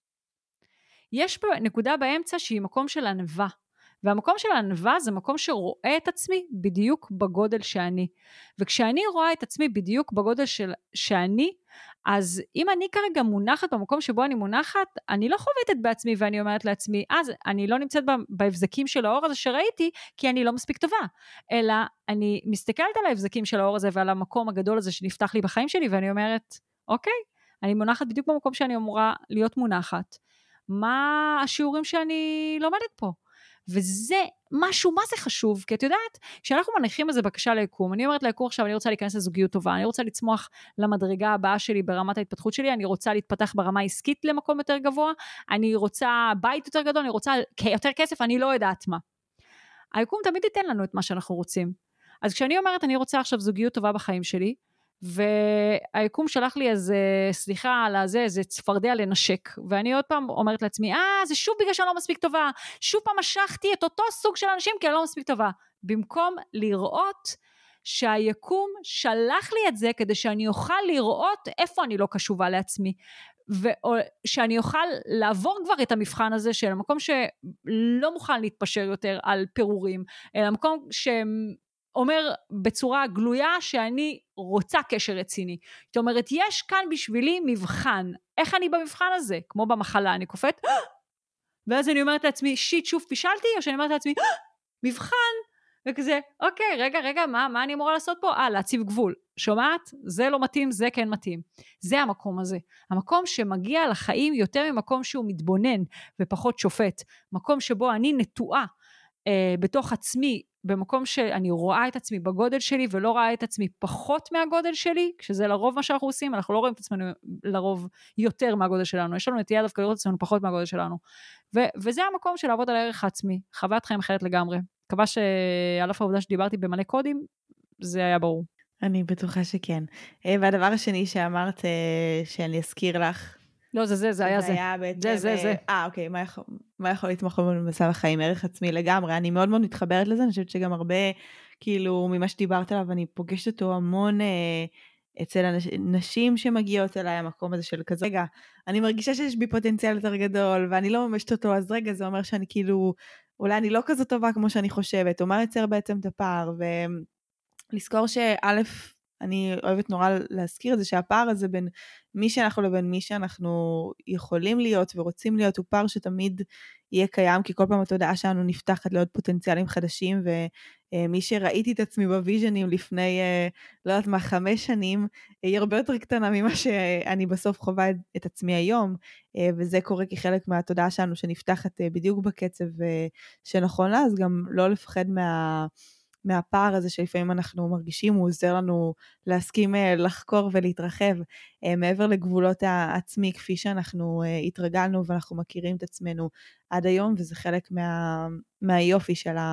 Speaker 2: יש פה נקודה באמצע שהיא מקום של ענווה, והמקום של הענווה זה מקום שרואה את עצמי בדיוק בגודל שאני. וכשאני רואה את עצמי בדיוק בגודל שאני, אז אם אני כרגע מונחת במקום שבו אני מונחת, אני לא חובטת בעצמי ואני אומרת לעצמי, אז אני לא נמצאת בהבזקים של האור הזה שראיתי, כי אני לא מספיק טובה. אלא אני מסתכלת על ההבזקים של האור הזה ועל המקום הגדול הזה שנפתח לי בחיים שלי, ואני אומרת, אוקיי, אני מונחת בדיוק במקום שאני אמורה להיות מונחת. מה השיעורים שאני לומדת פה? וזה משהו, מה זה חשוב? כי את יודעת, כשאנחנו מניחים איזה בקשה ליקום, אני אומרת ליקום עכשיו, אני רוצה להיכנס לזוגיות טובה, אני רוצה לצמוח למדרגה הבאה שלי ברמת ההתפתחות שלי, אני רוצה להתפתח ברמה עסקית למקום יותר גבוה, אני רוצה בית יותר גדול, אני רוצה יותר כסף, אני לא יודעת מה. היקום תמיד ייתן לנו את מה שאנחנו רוצים. אז כשאני אומרת, אני רוצה עכשיו זוגיות טובה בחיים שלי, והיקום שלח לי סליחה על איזה צפרדע לנשק, ואני עוד פעם אומרת לעצמי, זה שוב בגלל שאני לא מספיק טובה, שוב פעם משכתי את אותו סוג של אנשים, כי אני לא מספיק טובה, במקום לראות שהיקום שלח לי את זה, כדי שאני אוכל לראות איפה אני לא קשובה לעצמי, ושאני אוכל לעבור כבר את המבחן הזה, של המקום שלא מוכן להתפשר יותר על פירורים, אלא מקום אומר בצורה גלויה שאני רוצה קשר רציני. זאת אומרת, יש כאן בשבילי מבחן. איך אני במבחן הזה? כמו במחלה, אני קופאת, ואז אני אומרת לעצמי, שיט, שוב פישלתי, או שאני אומרת לעצמי, מבחן, וכזה, אוקיי, רגע, מה אני אמורה לעשות פה? להציב גבול. שומעת? זה לא מתאים, זה כן מתאים. זה המקום הזה. המקום שמגיע לחיים יותר ממקום שהוא מתבונן, ופחות שופט. מקום שבו אני נטועה בתוך עצמי, במקום שאני רואה את עצמי בגודל שלי, ולא רואה את עצמי פחות מהגודל שלי, כשזה לרוב מה שאנחנו עושים, אנחנו לא רואים את עצמנו לרוב יותר מהגודל שלנו, יש לנו נטייה דווקא לראות את עצמנו פחות מהגודל שלנו, וזה המקום של לעבוד על הערך העצמי, חוויית חיים אחרת לגמרי, מקווה שעל אף העובדה שדיברתי במלא קודים, זה היה ברור.
Speaker 1: אני בטוחה שכן. והדבר השני שאמרת, שאני אזכיר לך,
Speaker 2: לא, זה היה זה.
Speaker 1: זה היה בעצם, זה. אוקיי, מה יכול לתמוך במצב החיים, ערך עצמי לגמרי, אני מאוד מאוד מתחברת לזה, אני חושבת שגם הרבה, כאילו, ממה שדיברת עליו, אני פוגשת אותו המון אצל נשים שמגיעות אליי, המקום הזה של כזה, רגע, אני מרגישה שיש בי פוטנציאל יותר גדול, ואני לא ממשת אותו, אז רגע, זה אומר שאני כאילו, אולי אני לא כזו טובה כמו שאני חושבת, או מה יוצר בעצם את הפער, ולזכור שא', אני אוהבת נורא להזכיר את זה, שהפער הזה בין מי שאנחנו לבין מי שאנחנו יכולים להיות ורוצים להיות, הוא פער שתמיד יהיה קיים, כי כל פעם התודעה שלנו נפתחת לעוד פוטנציאלים חדשים, ומי שראיתי את עצמי בוויז'נים לפני, לא יודעת מה, 5 שנים, היא הרבה יותר קטנה ממה שאני בסוף חווה את עצמי היום, וזה קורה כחלק מהתודעה שלנו שנפתחת בדיוק בקצב שנכון לה, אז גם לא לפחד מהפער הזה שלפעמים אנחנו מרגישים, הוא עוזר לנו להסכים לחקור ולהתרחב מעבר לגבולות העצמי, כפי שאנחנו התרגלנו ואנחנו מכירים את עצמנו עד היום, וזה חלק מהיופי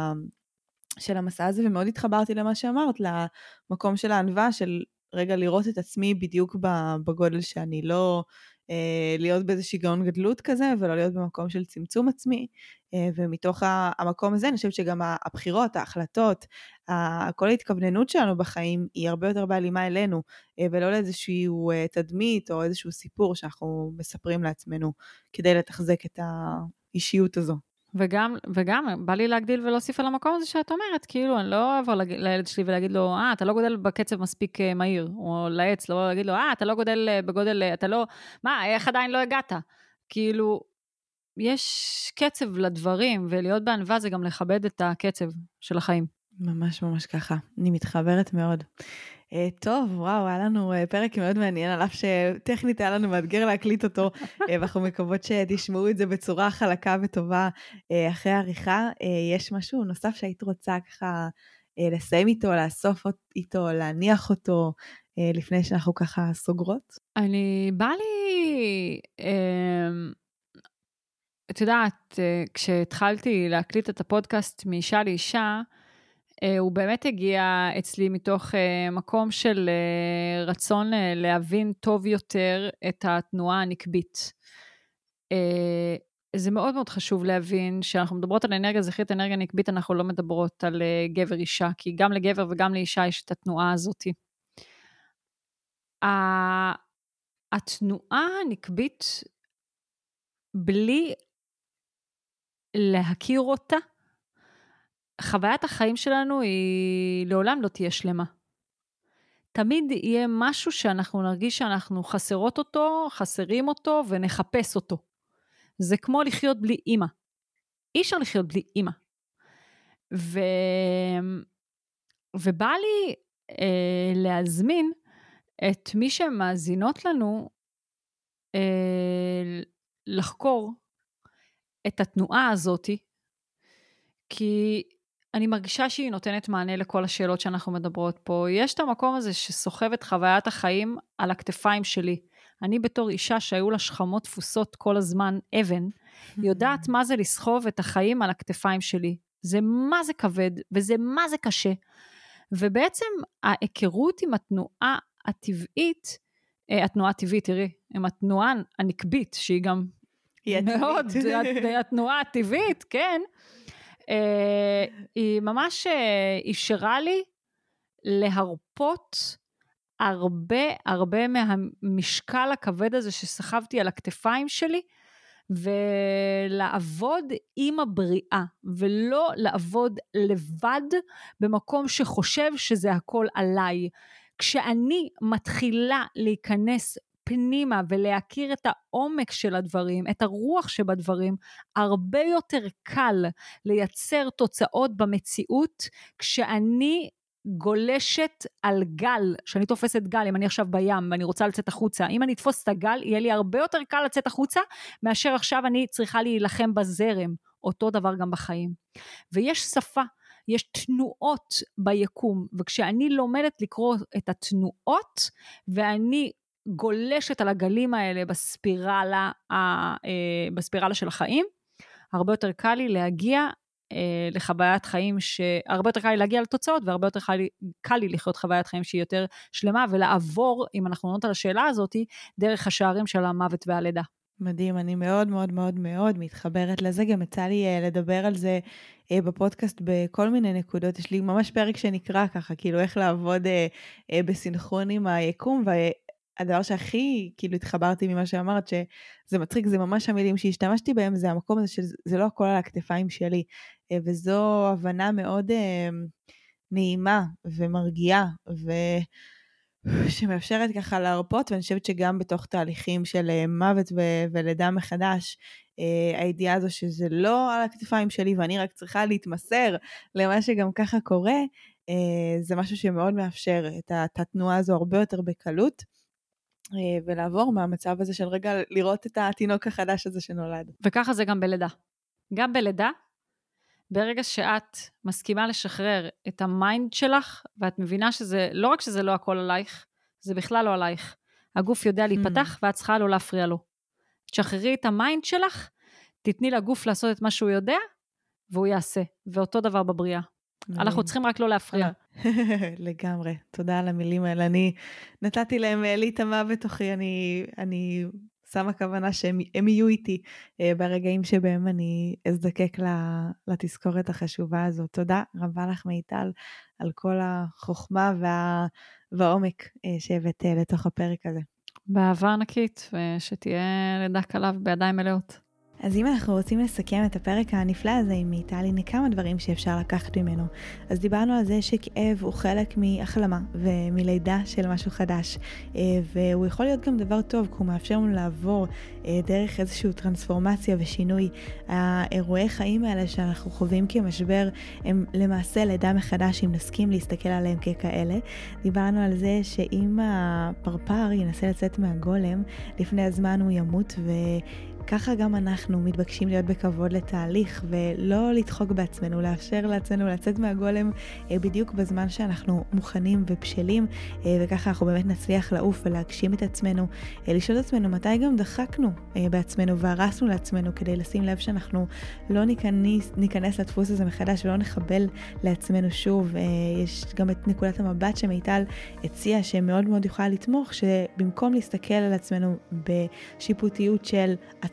Speaker 1: של המסע הזה, ומאוד התחברתי למה שאמרת, למקום של הענווה, של רגע לראות את עצמי בדיוק בגודל שאני, לא להיות באיזה שיגעון גדלות כזה, ולא להיות במקום של צמצום עצמי, ומתוך המקום הזה אני חושבת שגם הבחירות, ההחלטות, כל ההתכווננות שלנו בחיים היא הרבה יותר בהלימה אלינו, ולא לאיזשהו תדמית או איזשהו סיפור שאנחנו מספרים לעצמנו, כדי לתחזק את האישיות הזו.
Speaker 2: וגם בא לי להגדיל ולהוסיף על המקום הזה שאת אומרת, כאילו אני לא אעבור לילד שלי ולהגיד לו, אתה לא גודל בקצב מספיק מהיר, או לעץ, לא להגיד לו, אתה לא גודל בגודל, אתה לא, איך עדיין לא הגעת? כאילו, יש קצב לדברים, ולהיות בענווה זה גם לכבד את הקצב של החיים.
Speaker 1: ממש ממש ככה, אני מתחברת מאוד. טוב, וואו, היה לנו פרק מאוד מעניין, על אף שטכנית היה לנו מאתגר להקליט אותו, ואנחנו מקוות שתשמעו את זה בצורה חלקה וטובה אחרי העריכה. יש משהו נוסף שהיית רוצה ככה לסיים איתו, לאסוף איתו, להניח אותו, לפני שאנחנו ככה סוגרות?
Speaker 2: בא לי, את יודעת, כשהתחלתי להקליט את הפודקאסט מאישה לאישה, הוא באמת הגיע אצלי מתוך מקום של רצון להבין טוב יותר את התנועה הנקבית. זה מאוד מאוד חשוב להבין שאנחנו מדברות על אנרגיה זכרית, אנרגיה נקבית, אנחנו לא מדברות על גבר אישה, כי גם לגבר וגם לאישה יש את התנועה הזאת. התנועה הנקבית, בלי להכיר אותה, חוויית החיים שלנו היא לעולם לא תהיה שלמה. תמיד יהיה משהו שאנחנו נרגיש שאנחנו חסרות אותו, חסרים אותו ונחפש אותו. זה כמו לחיות בלי אמא. אי אפשר לחיות בלי אמא. ובא לי להזמין את מי שמאזינות לנו לחקור את התנועה הזאת, כי אני מרגישה שהיא נותנת מענה לכל השאלות שאנחנו מדברות פה. יש את המקום הזה שסוחב את חוויית החיים על הכתפיים שלי. אני בתור אישה שהיו לה שכמות תפוסות כל הזמן, אבן, יודעת מה זה לסחוב את החיים על הכתפיים שלי. זה מה זה כבד, וזה מה זה קשה. ובעצם ההיכרות עם התנועה הטבעית, התנועה הטבעית, תראי, עם התנועה הנקבית, שהיא גם מאוד, התנועה הטבעית, כן, היא ממש אפשרה לי להרפות הרבה מהמשקל הכבד הזה שסחבתי על הכתפיים שלי, ולעבוד עם הבריאה, ולא לעבוד לבד במקום שחושב שזה הכל עליי. כשאני מתחילה להיכנס פנימה ולהכיר את העומק של הדברים, את הרוח שבדברים, הרבה יותר קל לייצר תוצאות במציאות, כשאני גולשת על גל, שאני תופסת גל, אם אני עכשיו בים ואני רוצה לצאת החוצה, אם אני אתפוס את הגל, יהיה לי הרבה יותר קל לצאת החוצה, מאשר עכשיו אני צריכה להילחם בזרם, אותו דבר גם בחיים. ויש שפה, יש תנועות ביקום, וכשאני לומדת לקרוא את התנועות, ואני גולשת על הגלים האלה בספירלה של החיים, הרבה יותר קל לי להגיע לחוויית חיים, הרבה יותר קל לי להגיע לתוצאות, והרבה יותר קל לי לחיות חוויית חיים שהיא יותר שלמה, ולעבור, אם אנחנו עונות על השאלה הזאת, דרך השערים של המוות והלידה.
Speaker 1: מדהים, אני מאוד מאוד מאוד מאוד מתחברת לזה, גם יצא לי לדבר על זה בפודקאסט בכל מיני נקודות, יש לי ממש פרק שנקרא ככה, כאילו איך לעבוד בסינכרון עם היקום, והדבר שהכי כאילו התחברתי ממה שאמרת, שזה מצחיק, זה ממש המילים שהשתמשתי בהם, זה המקום הזה שזה לא הכל על הכתפיים שלי, וזו הבנה מאוד נעימה ומרגיעה, שמאפשרת ככה להרפות, ואני חושבת שגם בתוך תהליכים של מוות ולידה מחדש, הידיעה הזו שזה לא על הכתפיים שלי, ואני רק צריכה להתמסר למה שגם ככה קורה, זה משהו שמאוד מאפשר את התנועה הזו הרבה יותר בקלות, ולעבור מהמצב הזה של רגע לראות את התינוק החדש הזה שנולד.
Speaker 2: וככה זה גם בלידה. גם בלידה, ברגע שאת מסכימה לשחרר את המיינד שלך, ואת מבינה שזה, לא רק שזה לא הכל עלייך, זה בכלל לא עלייך. הגוף יודע להיפתח, ואת צריכה לא להפריע לו. תשחררי את המיינד שלך, תתני לגוף לעשות את מה שהוא יודע, והוא יעשה. ואותו דבר בבריאה. אנחנו צריכים רק לא להפריע.
Speaker 1: לגמרי. תודה על המילים האלה. אני נתתי להם להתאמה בתוכי, אני שמה כוונה שהם יהיו איתי ברגעים שבהם אני אזדקק לתזכורת החשובה הזאת. תודה רבה לך מיטל על כל החוכמה והעומק שהבאת לתוך הפרק הזה.
Speaker 2: באהבה ענקית, ושתהיה לידה קלה בידיים מלאות.
Speaker 1: אז אם אנחנו רוצים לסכם את הפרק הנפלא הזה עם מיטל, הנה כמה דברים שאפשר לקחת ממנו. אז דיברנו על זה שכאב הוא חלק מהחלמה ומלידה של משהו חדש, והוא יכול להיות גם דבר טוב, כי הוא מאפשר לנו לעבור דרך איזושהי טרנספורמציה ושינוי. האירועי חיים האלה שאנחנו חווים כמשבר, הם למעשה לידה מחדש, אם נסכים להסתכל עליהם ככאלה. דיברנו על זה שאם הפרפר ינסה לצאת מהגולם, לפני הזמן הוא ימות, ככה גם אנחנו מתבקשים להיות בכבוד לתהליך, ולא לדחוק בעצמנו, לאפשר לעצמנו לצאת מהגולם בדיוק בזמן שאנחנו מוכנים ובשלים, וככה אנחנו באמת נצליח לעוף ולהגשים את עצמנו, לשאול את עצמנו מתי גם דחקנו בעצמנו והרסנו לעצמנו, כדי לשים לב שאנחנו לא ניכנס לדפוס הזה מחדש ולא נחבל לעצמנו שוב. יש גם את נקודת המבט שמיטל הציעה שמאוד מאוד יכולה לתמוך, שבמקום להסתכל על עצמנו בשיפוטיות של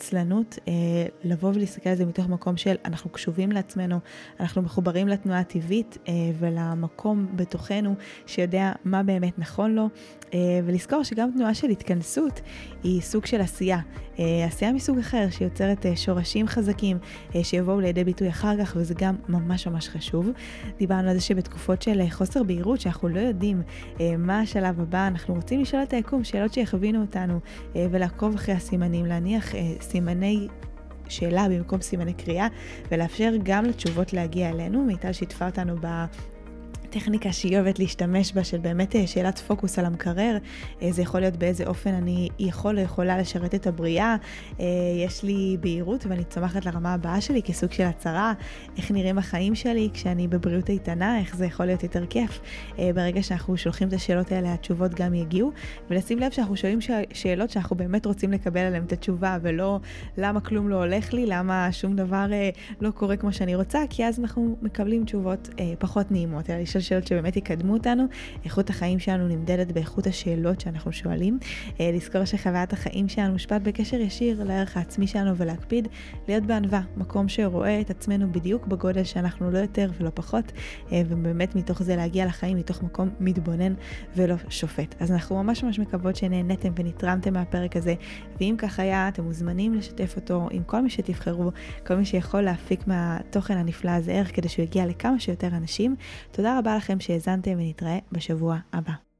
Speaker 1: עצלנות, לבוא ולהסתכל על זה מתוך מקום של אנחנו קשובים לעצמנו, אנחנו מחוברים לתנועה הטבעית ולמקום בתוכנו שיודע מה באמת נכון לו, ולזכור שגם תנועה של התכנסות היא סוג של עשייה, עשייה מסוג אחר שיוצרת שורשים חזקים שיבואו לידי ביטוי אחר כך, וזה גם ממש ממש חשוב. דיברנו על זה שבתקופות של חוסר בהירות, שאנחנו לא יודעים מה השלב הבא, אנחנו רוצים לשאול את היקום, שאלות שיכווינו אותנו, ולעקוב אחרי הסימנים, להניח סימני שאלה במקום סימני קריאה, ולאפשר גם לתשובות להגיע אלינו. מיטל שיתפה אותנו טכניקה שהיא אוהבת להשתמש בה, של באמת שאלת פוקוס על המקרר. זה יכול להיות באיזה אופן אני יכולה לשרת את הבריאה, יש לי בהירות ואני צומחת לרמה הבאה שלי כסוג של הצהרה, איך נראים החיים שלי כשאני בבריאות איתנה, איך זה יכול להיות יותר כיף. ברגע שאנחנו שולחים את השאלות האלה, התשובות גם יגיעו, ולשים לב שאנחנו שואלים שאלות שאנחנו באמת רוצים לקבל עליהן את התשובה, ולא למה כלום לא הולך לי, למה שום דבר לא קורה כמו שאני רוצה, כי אז אנחנו מקבלים תשובות פחות נעימות, אלא לשאול שאלות שבאמת יקדמו אותנו. איכות החיים שלנו נמדדת באיכות השאלות שאנחנו שואלים. לזכור שחוויית החיים שלנו מושפעת בקשר ישיר לערך העצמי שלנו, ולהקפיד להיות בענווה, מקום שרואה את עצמנו בדיוק בגודל שאנחנו, לא יותר ולא פחות, ובאמת מתוך זה להגיע לחיים מתוך מקום מתבונן ולא שופט. אז אנחנו ממש ממש מקוות שנהנתם ונתרמתם מהפרק הזה, ואם כך היה, אתם מוזמנים לשתף אותו עם כל מי שתבחרו, כל מי שיכול להפיק מהתוכן הנפלא הזה ערך, כדי שהוא יגיע לכמה שיותר אנשים. תודה רבה לכם שהאזנתם, ונתראה בשבוע הבא.